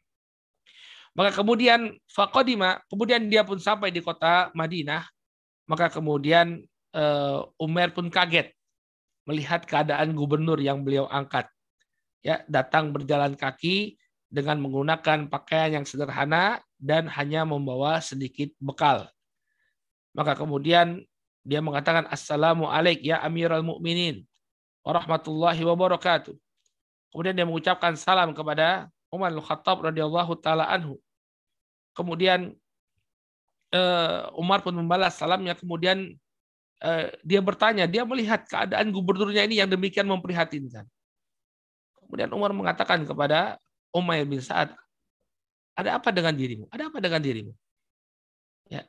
Maka kemudian faqadima, kemudian dia pun sampai di kota Madinah. Maka kemudian uh, Umar pun kaget melihat keadaan gubernur yang beliau angkat. Ya, datang berjalan kaki dengan menggunakan pakaian yang sederhana dan hanya membawa sedikit bekal. Maka kemudian dia mengatakan, Assalamualaikum ya Amirul Mukminin warahmatullahi wabarakatuh. Kemudian dia mengucapkan salam kepada Umar bin Khattab radhiyallahu taala anhu. Kemudian uh, Umar pun membalas salamnya. Kemudian uh, dia bertanya, dia melihat keadaan gubernurnya ini yang demikian memprihatinkan. Kemudian Umar mengatakan kepada Umair bin Sa'ad, ada apa dengan dirimu? Ada apa dengan dirimu? Ya.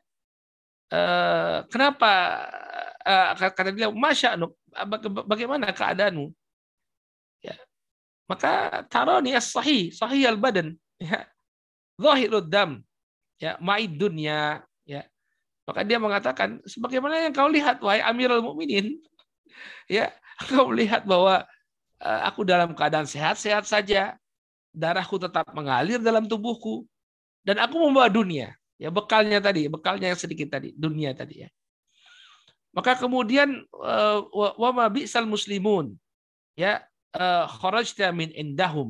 Uh, kenapa? Uh, kata dia, Masya Allah, bagaimana keadaanmu? Ya. Maka tarani as-sahih, sahih al-badan, ya. Zahirud dam, ya, ma'id dunya, ya. Maka dia mengatakan, sebagaimana yang kau lihat wahai Amirul Mukminin, ya, kau melihat bahwa uh, aku dalam keadaan sehat-sehat saja, darahku tetap mengalir dalam tubuhku, dan aku membawa dunia, ya, bekalnya tadi, bekalnya yang sedikit tadi, dunia tadi, ya. Maka kemudian wa ma bi'sal muslimun, ya, kharajta min indahum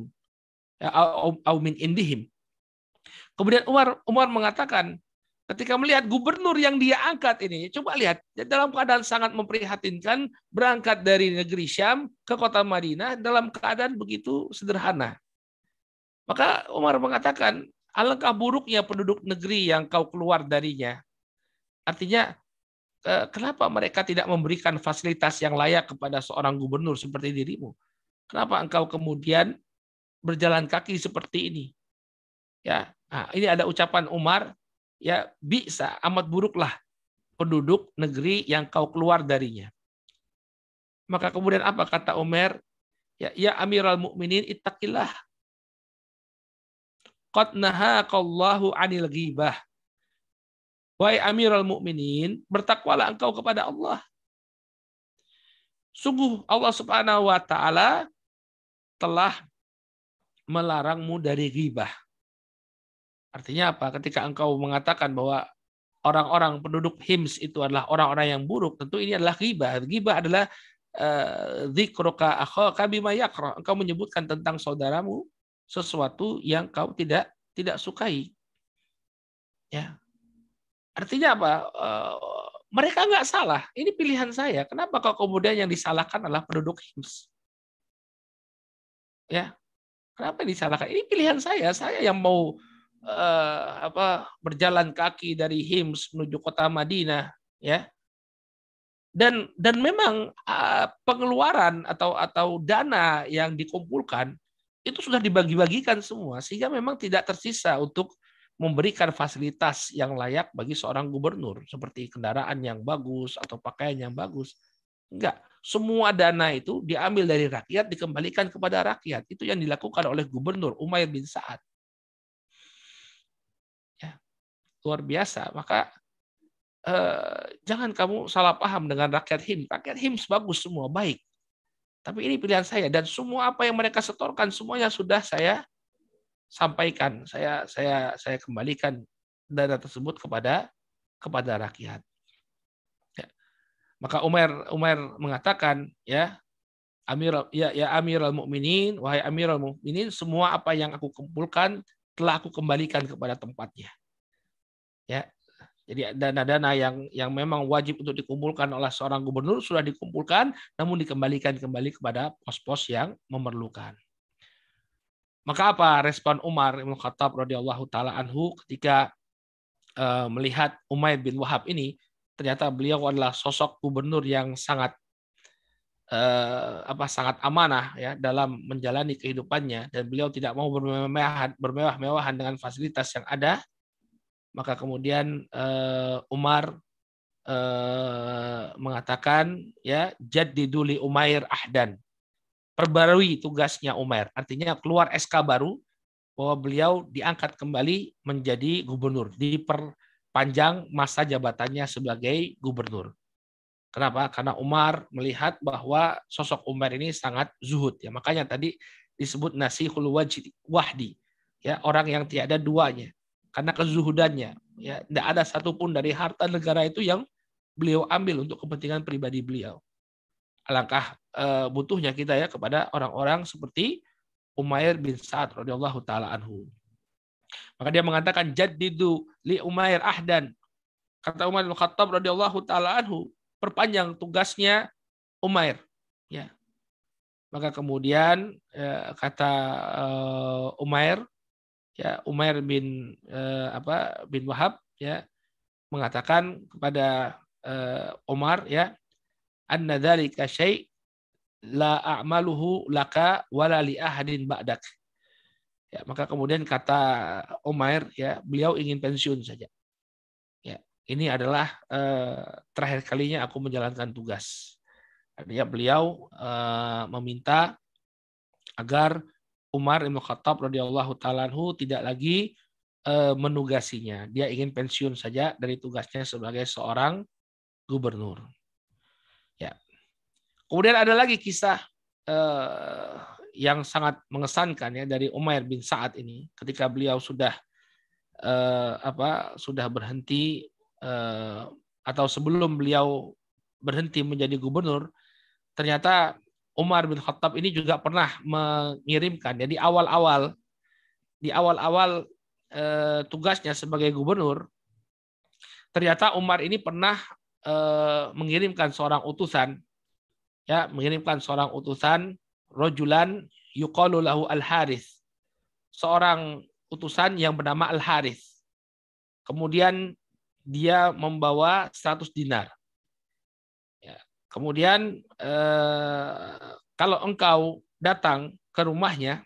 au min indihim. Kemudian Umar Umar mengatakan ketika melihat gubernur yang dia angkat ini, coba lihat dalam keadaan sangat memprihatinkan, berangkat dari negeri Syam ke kota Madinah dalam keadaan begitu sederhana. Maka Umar mengatakan, alangkah buruknya penduduk negeri yang kau keluar darinya. Artinya kenapa mereka tidak memberikan fasilitas yang layak kepada seorang gubernur seperti dirimu? Kenapa engkau kemudian berjalan kaki seperti ini? Ya, nah, ini ada ucapan Umar, ya, bisa amat buruklah penduduk negeri yang kau keluar darinya. Maka kemudian apa kata Umar? Ya, ya Amirul Mukminin ittaqillah. Qad nahaqallahu 'anil ghibah. Wahai Amirul Mukminin, bertakwalah engkau kepada Allah. Sungguh Allah Subhanahu wa taala telah melarangmu dari ghibah. Artinya apa? Ketika engkau mengatakan bahwa orang-orang penduduk Hims itu adalah orang-orang yang buruk, tentu ini adalah ghibah. Ghibah adalah dzikruka akhaka bima yakrah. Engkau menyebutkan tentang saudaramu sesuatu yang kau tidak tidak sukai. Ya. Artinya apa? Uh, mereka nggak salah. Ini pilihan saya. Kenapa kau kemudian yang disalahkan adalah penduduk Hims? Ya. Kenapa yang disalahkan? Ini pilihan saya. Saya yang mau uh, apa berjalan kaki dari Hims menuju kota Madinah, ya. Dan dan memang uh, pengeluaran atau atau dana yang dikumpulkan itu sudah dibagi-bagikan semua sehingga memang tidak tersisa untuk memberikan fasilitas yang layak bagi seorang gubernur seperti kendaraan yang bagus atau pakaian yang bagus. Enggak, semua dana itu diambil dari rakyat dikembalikan kepada rakyat. Itu yang dilakukan oleh Gubernur Umair bin Sa'ad. Ya, luar biasa. Maka eh, jangan kamu salah paham dengan rakyat Hims. Rakyat Hims bagus semua, baik. Tapi ini pilihan saya dan semua apa yang mereka setorkan semuanya sudah saya sampaikan. Saya saya saya kembalikan dana tersebut kepada kepada rakyat. Ya. Maka Umar Umar mengatakan, ya Amir ya ya Amirul Mukminin, wahai Amirul Mukminin, semua apa yang aku kumpulkan telah aku kembalikan kepada tempatnya. Ya. Jadi dana-dana yang yang memang wajib untuk dikumpulkan oleh seorang gubernur sudah dikumpulkan, namun dikembalikan kembali kepada pos-pos yang memerlukan. Maka apa respon Umar bin Khattab radhiyallahu taala anhu ketika uh, melihat Umair bin Wahab ini? Ternyata beliau adalah sosok gubernur yang sangat uh, apa sangat amanah ya dalam menjalani kehidupannya dan beliau tidak mau bermewah bermewah-mewahan dengan fasilitas yang ada. Maka kemudian uh, Umar uh, mengatakan ya jaddidu li Umair ahdan. Perbarui tugasnya Umair. Artinya keluar S K baru bahwa beliau diangkat kembali menjadi gubernur. Diperpanjang masa jabatannya sebagai gubernur. Kenapa? Karena Umar melihat bahwa sosok Umar ini sangat zuhud. Ya, makanya tadi disebut nasihul wahdi. Ya, orang yang tiada duanya. Karena kezuhudannya. Ya, tidak ada satupun dari harta negara itu yang beliau ambil untuk kepentingan pribadi beliau. Alangkah uh, butuhnya kita ya kepada orang-orang seperti Umair bin Sa'ad radhiyallahu taala anhu. Maka dia mengatakan jaddidu li Umair ahdan. Kata Umar bin Khattab radhiyallahu taala anhu, perpanjang tugasnya Umair. Ya. Maka kemudian ya, kata uh, Umair, ya Umair bin uh, apa bin Wahab ya mengatakan kepada uh, Umar ya anna dzalika syai' la a'maluhu laka wala li ahadin ba'dak. Ya, maka kemudian kata Umair ya, beliau ingin pensiun saja. Ya, ini adalah eh, terakhir kalinya aku menjalankan tugas. Artinya beliau eh, meminta agar Umar bin Khattab radhiyallahu taala anhu tidak lagi eh, menugasinya. Dia ingin pensiun saja dari tugasnya sebagai seorang gubernur. Ya. Kemudian ada lagi kisah eh, yang sangat mengesankan ya dari Umair bin Sa'ad ini ketika beliau sudah eh, apa sudah berhenti eh, atau sebelum beliau berhenti menjadi gubernur, ternyata Umar bin Khattab ini juga pernah mengirimkan ya di awal-awal di awal-awal eh, tugasnya sebagai gubernur, ternyata Umar ini pernah eh, mengirimkan seorang utusan ya mengirimkan seorang utusan rojulan yuqalu lahu al-Harith, seorang utusan yang bernama al-Harith. Kemudian dia membawa seratus dinar. Ya. Kemudian eh, kalau engkau datang ke rumahnya,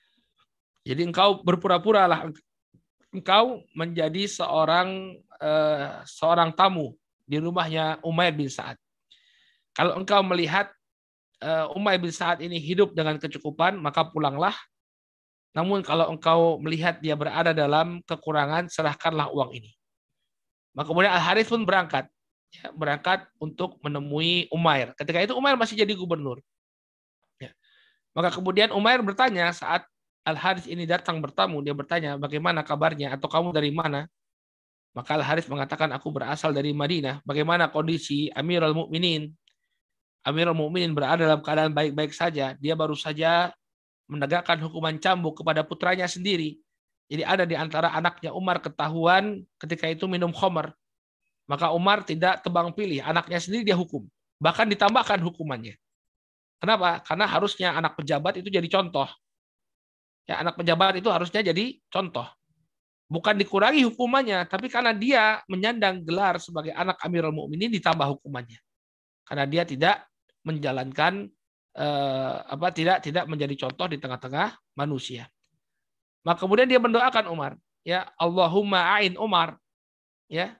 jadi engkau berpura-pura lah engkau menjadi seorang eh, seorang tamu di rumahnya Umair bin Sa'ad. Kalau engkau melihat uh, Umair bin Sa'ad ini hidup dengan kecukupan, maka pulanglah. Namun kalau engkau melihat dia berada dalam kekurangan, serahkanlah uang ini. Maka kemudian Al-Harith pun berangkat. Ya, berangkat untuk menemui Umair. Ketika itu Umair masih jadi gubernur. Ya. Maka kemudian Umair bertanya saat Al-Harits ini datang bertamu, dia bertanya, bagaimana kabarnya atau kamu dari mana? Maka Al-Harits mengatakan, aku berasal dari Madinah. Bagaimana kondisi Amirul Mukminin? Amirul Mukminin berada dalam keadaan baik-baik saja. Dia baru saja menegakkan hukuman cambuk kepada putranya sendiri. Jadi ada di antara anaknya Umar ketahuan ketika itu minum khamar. Maka Umar tidak tebang pilih, anaknya sendiri dia hukum. Bahkan ditambahkan hukumannya. Kenapa? Karena harusnya anak pejabat itu jadi contoh. Ya, anak pejabat itu harusnya jadi contoh. Bukan dikurangi hukumannya, tapi karena dia menyandang gelar sebagai anak Amirul Mukminin ditambah hukumannya. Karena dia tidak menjalankan eh, apa tidak tidak menjadi contoh di tengah-tengah manusia. Maka kemudian dia mendoakan Umar, ya Allahumma a'in Umar, ya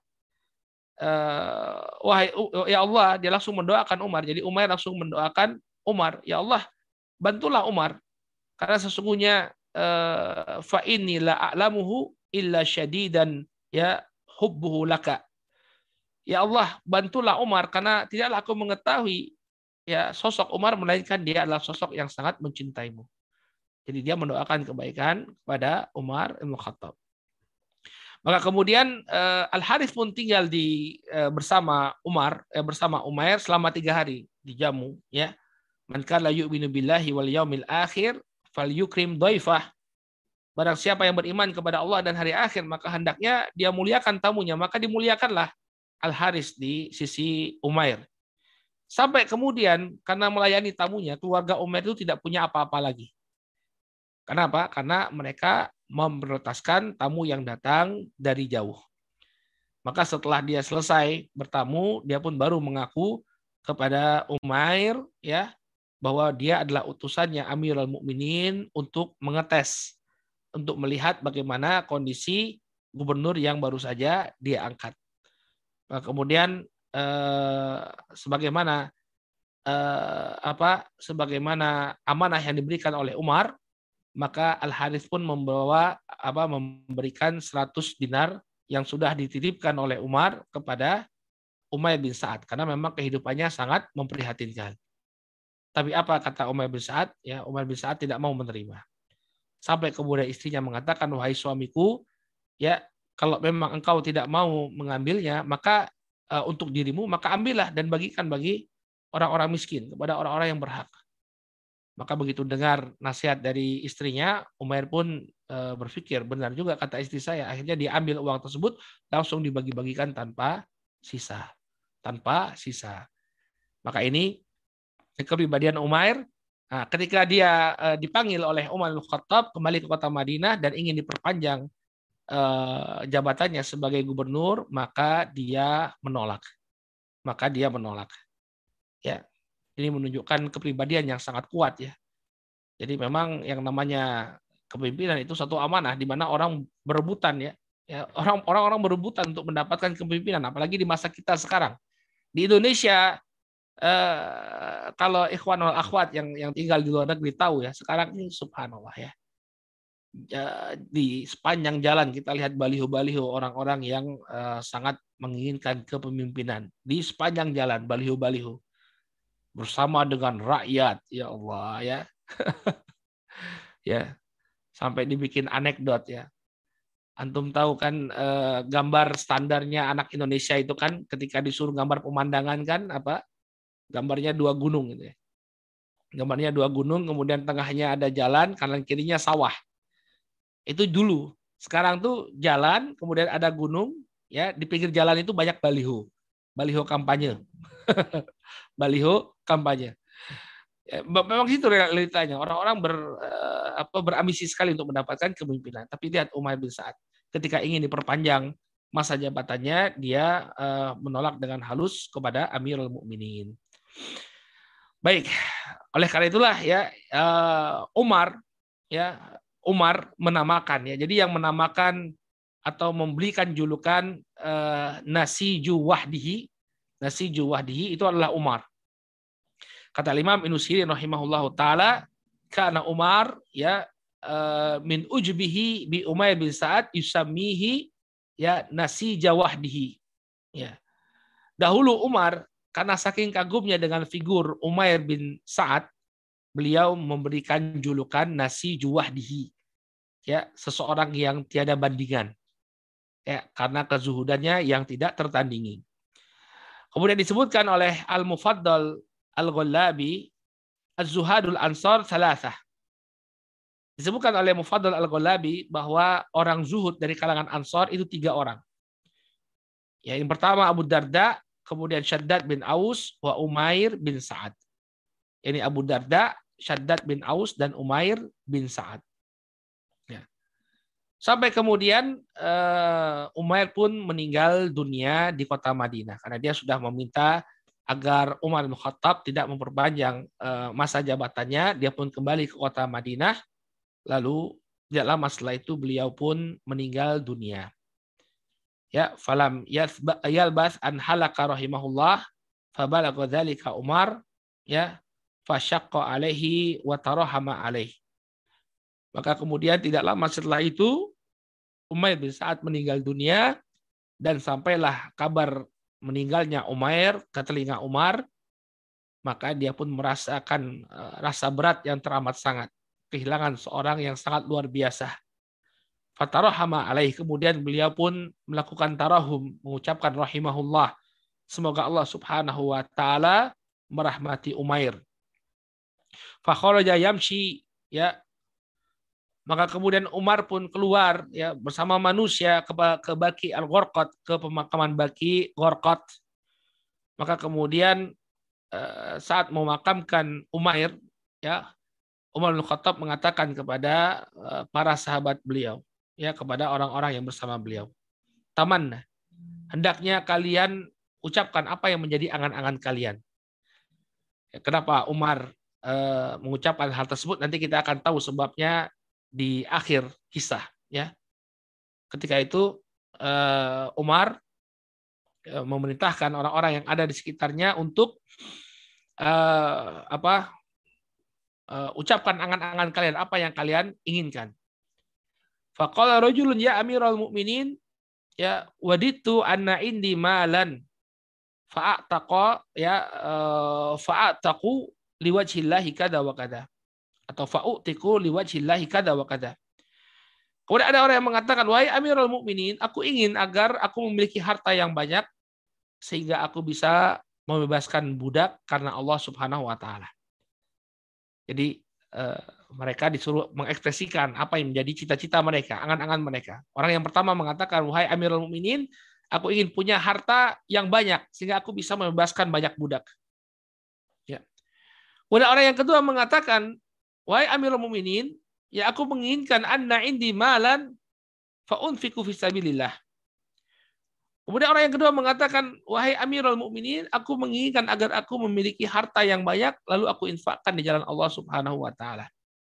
eh, wahai ya Allah, dia langsung mendoakan Umar. Jadi Umar langsung mendoakan Umar, ya Allah, bantulah Umar karena sesungguhnya eh, fa inni la a'lamuhu illa syadidan ya hubbuhu laka. Ya Allah, bantulah Umar karena tidaklah aku mengetahui ya sosok Umar melainkan dia adalah sosok yang sangat mencintaimu. Jadi dia mendoakan kebaikan kepada Umar Ibn Khattab. Maka kemudian eh, Al-Harits pun tinggal di eh, bersama Umar eh, bersama Umair selama tiga hari di jamu, ya. Man kana yu'minu billahi wal yaumil akhir falyukrim dhaifah. Barang siapa yang beriman kepada Allah dan hari akhir, maka hendaknya dia muliakan tamunya. Maka dimuliakanlah Al-Harits di sisi Umair. Sampai kemudian karena melayani tamunya, keluarga Umair itu tidak punya apa-apa lagi. Kenapa? Karena mereka memprioritaskan tamu yang datang dari jauh. Maka setelah dia selesai bertamu, dia pun baru mengaku kepada Umair, ya, bahwa dia adalah utusannya Amirul Mukminin untuk mengetes, untuk melihat bagaimana kondisi gubernur yang baru saja dia angkat. Nah, kemudian eh, sebagaimana eh, apa sebagaimana amanah yang diberikan oleh Umar, maka Al-Harits pun membawa apa memberikan seratus dinar yang sudah dititipkan oleh Umar kepada Umayyah bin Sa'ad karena memang kehidupannya sangat memprihatinkan. Tapi apa kata Umayyah bin Sa'ad? Ya, Umayyah bin Sa'ad tidak mau menerima. Sampai kemudian istrinya mengatakan, wahai suamiku, ya kalau memang engkau tidak mau mengambilnya, maka uh, untuk dirimu, maka ambillah dan bagikan bagi orang-orang miskin, kepada orang-orang yang berhak. Maka begitu dengar nasihat dari istrinya, Umair pun uh, berpikir, benar juga kata istri saya. Akhirnya diambil uang tersebut, langsung dibagi-bagikan tanpa sisa. Tanpa sisa. Maka ini kepribadian Umair. Nah, ketika dia uh, dipanggil oleh Umar bin Khattab kembali ke kota Madinah dan ingin diperpanjang uh, jabatannya sebagai gubernur, maka dia menolak. Maka dia menolak. Ya, ini menunjukkan kepribadian yang sangat kuat, ya. Jadi memang yang namanya kepemimpinan itu satu amanah di mana orang berebutan, ya. Ya, orang orang berebutan untuk mendapatkan kepemimpinan, apalagi di masa kita sekarang. Di Indonesia Uh, kalau ikhwan wal akhwat yang yang tinggal di luar negeri tahu, ya, sekarang ini subhanallah, ya, di sepanjang jalan kita lihat baliho-baliho orang-orang yang uh, sangat menginginkan kepemimpinan di sepanjang jalan, baliho-baliho bersama dengan rakyat, ya Allah, ya. Ya, sampai dibikin anekdot, ya. Antum tahu kan uh, gambar standarnya anak Indonesia itu kan ketika disuruh gambar pemandangan kan apa? Gambarnya dua gunung gitu, ya. Gambarnya dua gunung, kemudian tengahnya ada jalan, kanan kirinya sawah. Itu dulu. Sekarang tuh jalan, kemudian ada gunung, ya, di pinggir jalan itu banyak baliho. Baliho kampanye. Baliho kampanye. Ya, memang itu realitanya. Orang-orang ber, apa, berambisi sekali untuk mendapatkan kepemimpinan. Tapi lihat Umayyah bin Sa'ad, ketika ingin diperpanjang masa jabatannya, dia uh, menolak dengan halus kepada Amirul Mukminin. Baik, oleh karena itulah, ya, Umar, ya, Umar menamakan, ya. Jadi yang menamakan atau memberikan julukan uh, Nasiju Wahdihi, Nasiju Wahdihi itu adalah Umar. Kata Imam Ibnu Sirin rahimahullahu taala, karena Umar, ya, uh, min ujbihi bi Umayyah bin Sa'ad yusammihi, ya, Nasija Wahdihi. Ya. Dahulu Umar, karena saking kagumnya dengan figur Umayyah bin Sa'ad, beliau memberikan julukan Nasiju Wahdihi. ya, seseorang yang tiada bandingan. Ya, karena kezuhudannya yang tidak tertandingi. Kemudian disebutkan oleh Al-Mufaddal Al-Ghallabi, Az-Zuhadul Ansar Salasah. Disebutkan oleh Mufaddal Al-Ghallabi bahwa orang zuhud dari kalangan Ansar itu tiga orang. Ya, yang pertama Abu Darda, kemudian Syaddad bin Aus, wa Umair bin Sa'ad. Ini Abu Darda, Syaddad bin Aus, dan Umair bin Sa'ad. Ya. Sampai kemudian uh, Umair pun meninggal dunia di kota Madinah karena dia sudah meminta agar Umar bin Khattab tidak memperpanjang uh, masa jabatannya. Dia pun kembali ke kota Madinah. Lalu tidak lama setelah itu beliau pun meninggal dunia. Ya, falam yalbas an halaka rahimahullah fabalagha dzalika Umar ya fasyaqqa alaihi wa tarahama alaihi. Maka kemudian tidak lama setelah itu Umair bin Sa'ad meninggal dunia dan sampailah kabar meninggalnya Umair ke telinga Umar, maka dia pun merasakan rasa berat yang teramat sangat, kehilangan seorang yang sangat luar biasa. Fatarahama alaihi, kemudian beliau pun melakukan tarahum, mengucapkan rahimahullah, semoga Allah Subhanahu wa taala merahmati Umair. Fa kharaja yamshi, ya. Maka kemudian Umar pun keluar ya bersama manusia ke, ke Baqi al-Gharqad, ke pemakaman Baqi Gharqad. Maka kemudian saat memakamkan Umair, ya, Umar bin Khattab mengatakan kepada para sahabat beliau, ya, kepada orang-orang yang bersama beliau, tamanna, hendaknya kalian ucapkan apa yang menjadi angan-angan kalian. Kenapa Umar uh, mengucapkan hal tersebut? Nanti kita akan tahu sebabnya di akhir kisah, ya. Ketika itu uh, Umar uh, memerintahkan orang-orang yang ada di sekitarnya untuk uh, apa? Uh, ucapkan angan-angan kalian, apa yang kalian inginkan. Faqala rajulun ya Amirul Mukminin, ya waditu anna indi malan fa'ataqa, ya uh, fa'ataku liwajhillahi kada wa kada, atau fa'utiku liwajhillahi kada wa kada. Kemudian ada orang yang mengatakan, wahai Amirul Mukminin, aku ingin agar aku memiliki harta yang banyak sehingga aku bisa membebaskan budak karena Allah Subhanahu wa taala. Jadi eh, mereka disuruh mengekspresikan apa yang menjadi cita-cita mereka, angan-angan mereka. Orang yang pertama mengatakan, wahai Amirul Mukminin, aku ingin punya harta yang banyak sehingga aku bisa membebaskan banyak budak. Ya. Kemudian orang yang kedua mengatakan, wahai Amirul Mukminin, ya aku menginginkan anna indi malan fa unfiqu fi sabilillah. Kemudian orang yang kedua mengatakan, wahai Amirul Mukminin, aku menginginkan agar aku memiliki harta yang banyak lalu aku infakkan di jalan Allah Subhanahu wa taala.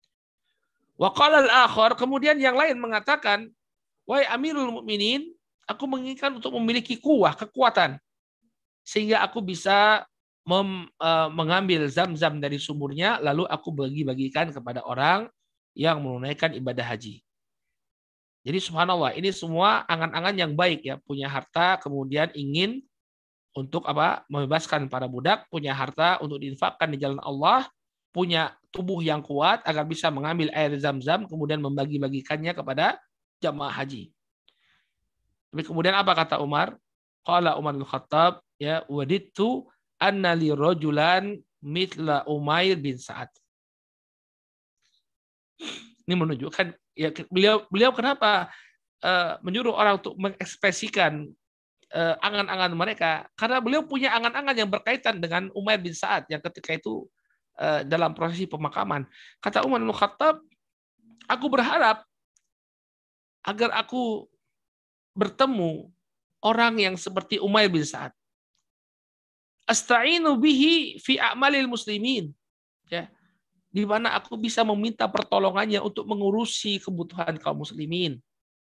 Wa qala al-akhar, kemudian yang lain mengatakan, wahai Amirul Mukminin, aku menginginkan untuk memiliki kuwah, kekuatan sehingga aku bisa mem, uh, mengambil zam-zam dari sumurnya lalu aku bagi-bagikan kepada orang yang menunaikan ibadah haji. Jadi subhanallah, ini semua angan-angan yang baik ya, punya harta kemudian ingin untuk apa? Membebaskan para budak, punya harta untuk diinfakkan di jalan Allah, punya tubuh yang kuat agar bisa mengambil air zam-zam kemudian membagi-bagikannya kepada jamaah haji. Tapi kemudian apa kata Umar? Qala Umar bin Khattab, ya wadittu anna li rajulan mithla Umair bin Sa'ad. Ini menunjukkan ya beliau beliau kenapa uh, menyuruh orang untuk mengekspresikan uh, angan-angan mereka, karena beliau punya angan-angan yang berkaitan dengan Umair bin Sa'ad yang ketika itu uh, dalam prosesi pemakaman. Kata Umar bin Khattab, aku berharap agar aku bertemu orang yang seperti Umair bin Sa'ad. Asta'inu bihi fi a'malil muslimin. Ya. Di mana aku bisa meminta pertolongannya untuk mengurusi kebutuhan kaum muslimin.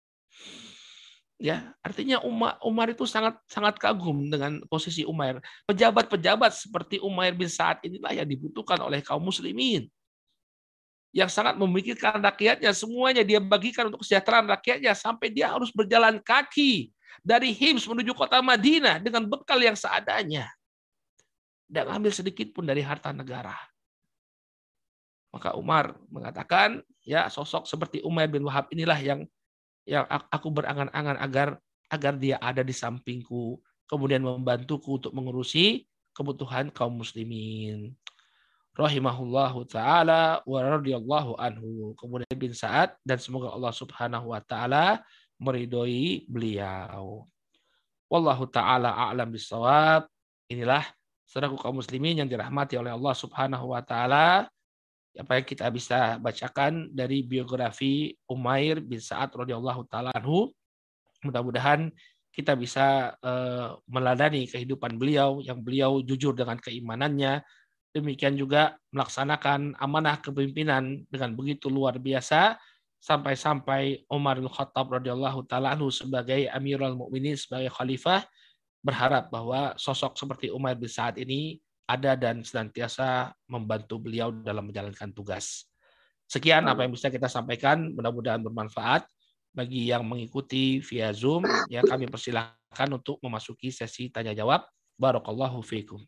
Ya, artinya Umar, Umar itu sangat sangat kagum dengan posisi Umair. Pejabat-pejabat seperti Umair bin Sa'ad inilah yang dibutuhkan oleh kaum muslimin. Yang sangat memikirkan rakyatnya, semuanya dia bagikan untuk kesejahteraan rakyatnya sampai dia harus berjalan kaki dari Hims menuju kota Madinah dengan bekal yang seadanya. Dan ambil sedikit pun dari harta negara. Maka Umar mengatakan, ya sosok seperti Umair bin Wahab inilah yang yang aku berangan-angan agar agar dia ada di sampingku, kemudian membantuku untuk mengurusi kebutuhan kaum muslimin. Rahimahullahu taala wa radhiyallahu anhu. Kemudian bin Sa'ad, dan semoga Allah Subhanahu wa taala meridhoi beliau. Wallahu taala a'lam bissawab. Inilah saudaraku kaum muslimin yang dirahmati oleh Allah Subhanahu wa taala, apa yang kita bisa bacakan dari biografi Umair bin Sa'ad radhiyallahu taala anhu. Mudah-mudahan kita bisa uh, meladani kehidupan beliau yang beliau jujur dengan keimanannya. Demikian juga melaksanakan amanah kepemimpinan dengan begitu luar biasa, sampai-sampai Umar bin Khattab radhiyallahu taala anhu sebagai Amirul Mukminin, sebagai khalifah, berharap bahwa sosok seperti Umair bin Sa'ad ini ada dan senantiasa membantu beliau dalam menjalankan tugas. Sekian apa yang bisa kita sampaikan, mudah-mudahan bermanfaat bagi yang mengikuti via Zoom. Ya, kami persilahkan untuk memasuki sesi tanya jawab. Barakallahu fiikum.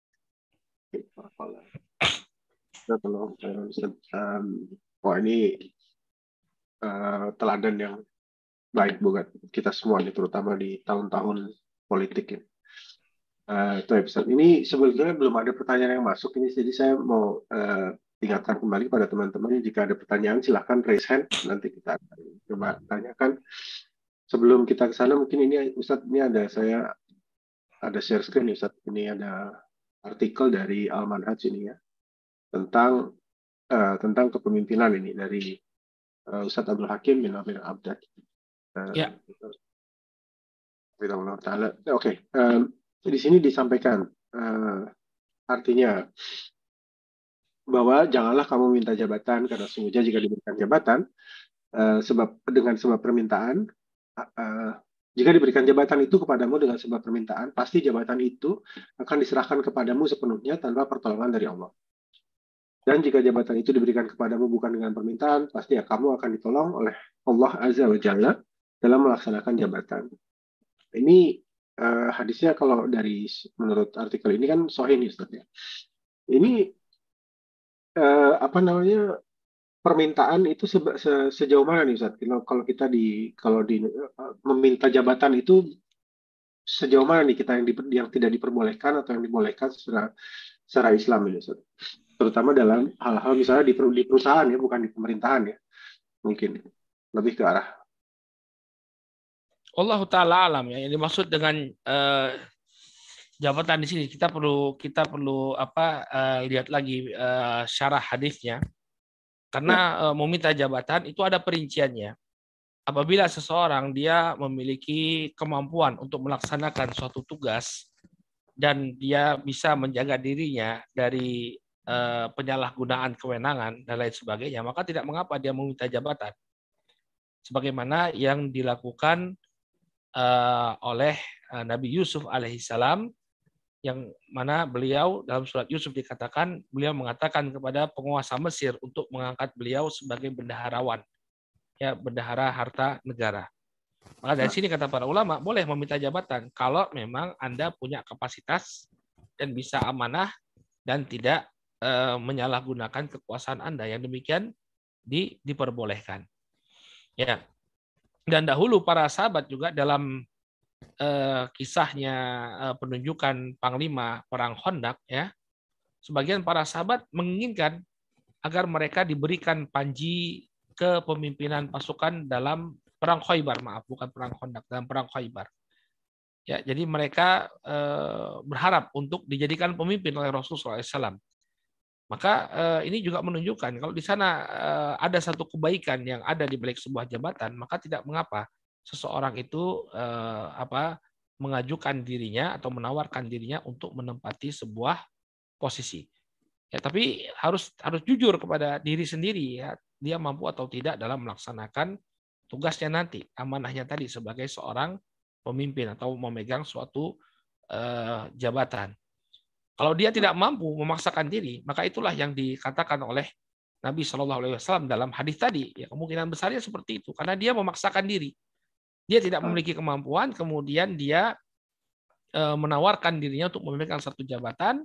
Wah, ini uh, teladan yang baik buat kita semua, terutama di tahun-tahun politik ya. Uh, itu episode ini sebetulnya belum ada pertanyaan yang masuk ini, jadi saya mau uh, ingatkan kembali pada teman-teman, jika ada pertanyaan silahkan raise hand, nanti kita akan coba tanyakan. Sebelum kita ke sana, mungkin ini Ustadz, ini ada saya ada share screen Ustadz, ini ada artikel dari Al-Manhaj ini ya, tentang uh, tentang kepemimpinan ini dari uh, Ustadz Abdul Hakim bin Abdul Abdad. Uh, ya. Oke, okay. um, di sini disampaikan uh, artinya bahwa janganlah kamu minta jabatan, karena sungguhnya jika diberikan jabatan uh, sebab dengan sebab permintaan, uh, jika diberikan jabatan itu kepadamu dengan sebab permintaan, pasti jabatan itu akan diserahkan kepadamu sepenuhnya tanpa pertolongan dari Allah. Dan jika jabatan itu diberikan kepadamu bukan dengan permintaan, pasti ya kamu akan ditolong oleh Allah Azza wa Jalla dalam melaksanakan jabatan. Ini uh, hadisnya kalau dari menurut artikel ini kan sahih nih Ustaz ya. Ini uh, apa namanya, permintaan itu se se sejauh mana nih Ustaz? Kalau kita di kalau di uh, meminta jabatan itu sejauh mana nih kita yang, di, yang tidak diperbolehkan atau yang dibolehkan secara secara Islam ini Ustaz? Terutama dalam hal-hal misalnya di, di perusahaan ya, bukan di pemerintahan ya. Mungkin lebih ke arah Allah taala alam ya. Yang dimaksud dengan uh, jabatan di sini, kita perlu kita perlu apa uh, lihat lagi uh, syarah hadisnya. Karena ya. uh, meminta jabatan itu ada perinciannya. Apabila seseorang dia memiliki kemampuan untuk melaksanakan suatu tugas dan dia bisa menjaga dirinya dari uh, penyalahgunaan kewenangan dan lain sebagainya, maka tidak mengapa dia meminta jabatan. Sebagaimana yang dilakukan Uh, oleh uh, Nabi Yusuf alaihissalam, yang mana beliau dalam surat Yusuf dikatakan, beliau mengatakan kepada penguasa Mesir untuk mengangkat beliau sebagai bendaharawan, ya, bendahara harta negara. Maka dari sini kata para ulama, boleh meminta jabatan kalau memang Anda punya kapasitas dan bisa amanah dan tidak uh, menyalahgunakan kekuasaan Anda. Yang demikian di, diperbolehkan. Ya. Dan dahulu para sahabat juga dalam eh, kisahnya eh, penunjukan panglima perang Khandaq ya, sebagian para sahabat menginginkan agar mereka diberikan panji kepemimpinan pasukan dalam perang Khaybar, maaf bukan perang Khandaq, dalam perang Khaybar. Ya, jadi mereka eh, berharap untuk dijadikan pemimpin oleh Rasulullah shallallahu alaihi wasallam. Maka eh, ini juga menunjukkan kalau di sana eh, ada satu kebaikan yang ada di balik sebuah jabatan, maka tidak mengapa seseorang itu eh, apa mengajukan dirinya atau menawarkan dirinya untuk menempati sebuah posisi. Ya, tapi harus harus jujur kepada diri sendiri ya, dia mampu atau tidak dalam melaksanakan tugasnya nanti, amanahnya tadi sebagai seorang pemimpin atau memegang suatu eh, jabatan. Kalau dia tidak mampu memaksakan diri, maka itulah yang dikatakan oleh Nabi shallallahu alaihi wasallam dalam hadis tadi. Ya, kemungkinan besarnya seperti itu, karena dia memaksakan diri. Dia tidak memiliki kemampuan, kemudian dia e, menawarkan dirinya untuk memegang satu jabatan,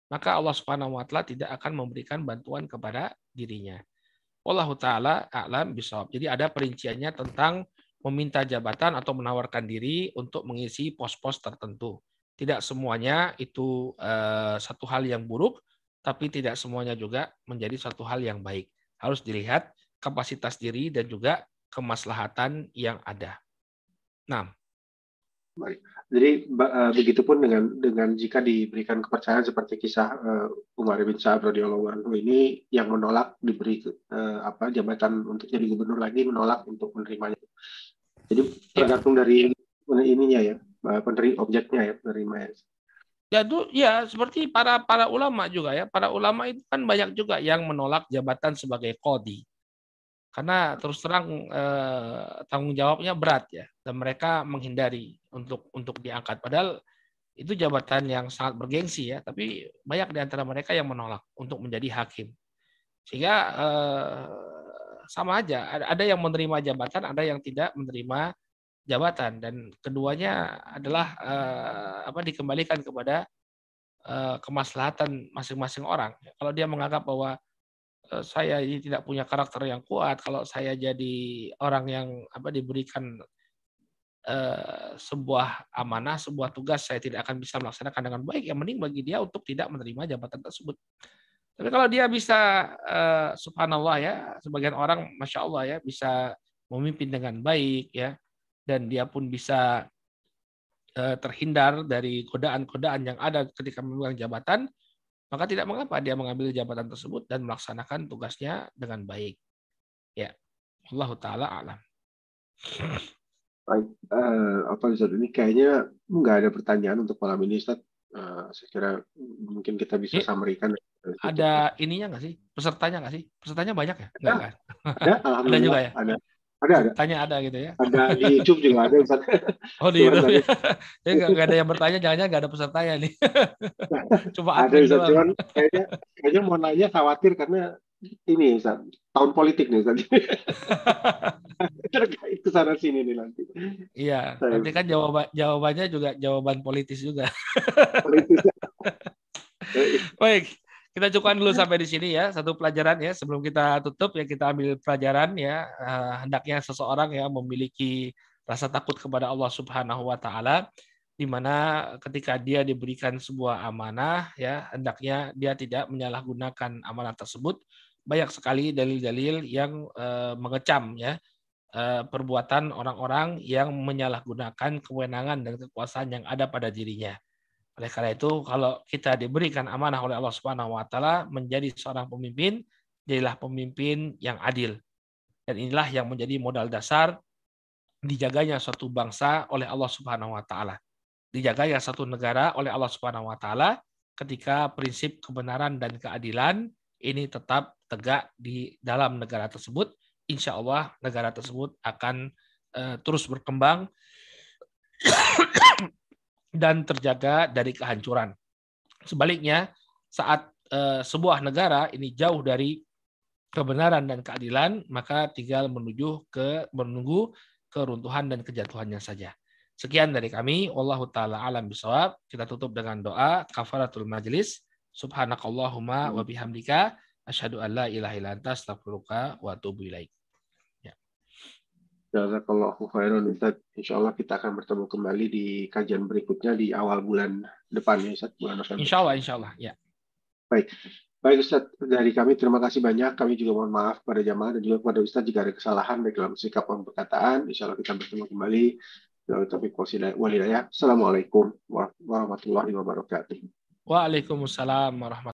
maka Allah Subhanahu wa taala tidak akan memberikan bantuan kepada dirinya. Wallahu taala a'lam bishawab. Jadi ada perinciannya tentang meminta jabatan atau menawarkan diri untuk mengisi pos-pos tertentu. Tidak semuanya itu uh, satu hal yang buruk, tapi tidak semuanya juga menjadi satu hal yang baik. Harus dilihat kapasitas diri dan juga kemaslahatan yang ada. Nah, baik. Jadi uh, begitupun dengan dengan jika diberikan kepercayaan seperti kisah uh, Umar bin Sa'ad radhiyallahu anhu ini yang menolak diberi uh, apa jabatan untuk jadi gubernur lagi, menolak untuk menerimanya. Jadi tergantung ya. Dari ininya ya, penerima objeknya ya, penerima ya. Ya, itu ya seperti para para ulama juga ya. Para ulama itu kan banyak juga yang menolak jabatan sebagai qadhi. Karena terus terang eh, tanggung jawabnya berat ya, dan mereka menghindari untuk untuk diangkat. Padahal itu jabatan yang sangat bergengsi ya, tapi banyak di antara mereka yang menolak untuk menjadi hakim. Sehingga eh, sama aja, ada yang menerima jabatan, ada yang tidak menerima jabatan, dan keduanya adalah eh, apa dikembalikan kepada eh, kemaslahatan masing-masing orang. Kalau dia menganggap bahwa eh, saya ini tidak punya karakter yang kuat, kalau saya jadi orang yang apa diberikan eh, sebuah amanah, sebuah tugas saya tidak akan bisa melaksanakan dengan baik, yang mending bagi dia untuk tidak menerima jabatan tersebut. Tapi kalau dia bisa, eh, subhanallah ya, sebagian orang, masya Allah ya, bisa memimpin dengan baik ya, dan dia pun bisa eh, terhindar dari godaan-godaan yang ada ketika memegang jabatan, maka tidak mengapa dia mengambil jabatan tersebut dan melaksanakan tugasnya dengan baik. Ya, Allah Taala alam. Baik, uh, apa Ustaz, ini kayaknya nggak ada pertanyaan untuk malam ini Ustaz. Uh, saya kira mungkin kita bisa samarikan. Ada ininya nggak sih? Pesertanya nggak sih? Pesertanya banyak ya? Nggak kan? Ada, alhamdulillah. Ada juga ya? Ada, ada, ada. Tanya ada gitu ya? Ada di YouTube juga ada Ustaz. Oh di YouTube ya? Jadi nggak ada yang bertanya, jangan-jangan nggak ada pesertanya nih. Coba ada Ustaz, cuman kayaknya, kayaknya mau nanya khawatir karena ini Ustaz, tahun politik nih Ustaz. Terkait ke sana sini nih nanti. Iya, nanti kan jawaban jawabannya juga jawaban politis juga. Politis. Baik, kita cukupkan dulu sampai di sini ya, satu pelajaran ya, sebelum kita tutup ya, kita ambil pelajaran ya, uh, hendaknya seseorang ya memiliki rasa takut kepada Allah Subhanahu wa taala, di mana ketika dia diberikan sebuah amanah ya, hendaknya dia tidak menyalahgunakan amanah tersebut. Banyak sekali dalil-dalil yang uh, mengecam ya perbuatan orang-orang yang menyalahgunakan kewenangan dan kekuasaan yang ada pada dirinya. Oleh karena itu, kalau kita diberikan amanah oleh Allah Subhanahu wa taala menjadi seorang pemimpin, jadilah pemimpin yang adil. Dan inilah yang menjadi modal dasar dijaganya suatu bangsa oleh Allah Subhanahu wa taala. Dijaganya satu negara oleh Allah Subhanahu wa taala ketika prinsip kebenaran dan keadilan ini tetap tegak di dalam negara tersebut. Insya Allah negara tersebut akan uh, terus berkembang dan terjaga dari kehancuran. Sebaliknya, saat uh, sebuah negara ini jauh dari kebenaran dan keadilan, maka tinggal menuju ke menunggu keruntuhan dan kejatuhannya saja. Sekian dari kami. Wallahu taala alam bisawab. Kita tutup dengan doa kafaratul majlis. Subhanakallahumma wa bihamdika asyhadu an la ilaha illa anta astaghfiruka wa atubu ilaik. Jazakallahu khairan Ustaz. Insya Allah kita akan bertemu kembali di kajian berikutnya di awal bulan depan ya Ustaz, bulan November. Insya Allah, insya Allah ya. Baik, baik Ustaz, dari kami terima kasih banyak. Kami juga mohon maaf kepada jamaah dan juga kepada Ustaz jika ada kesalahan baik dalam sikap maupun perkataan. Insya Allah kita bertemu kembali. Assalamualaikum warahmatullahi wabarakatuh. Waalaikumsalam warahmatullahi wabarakatuh.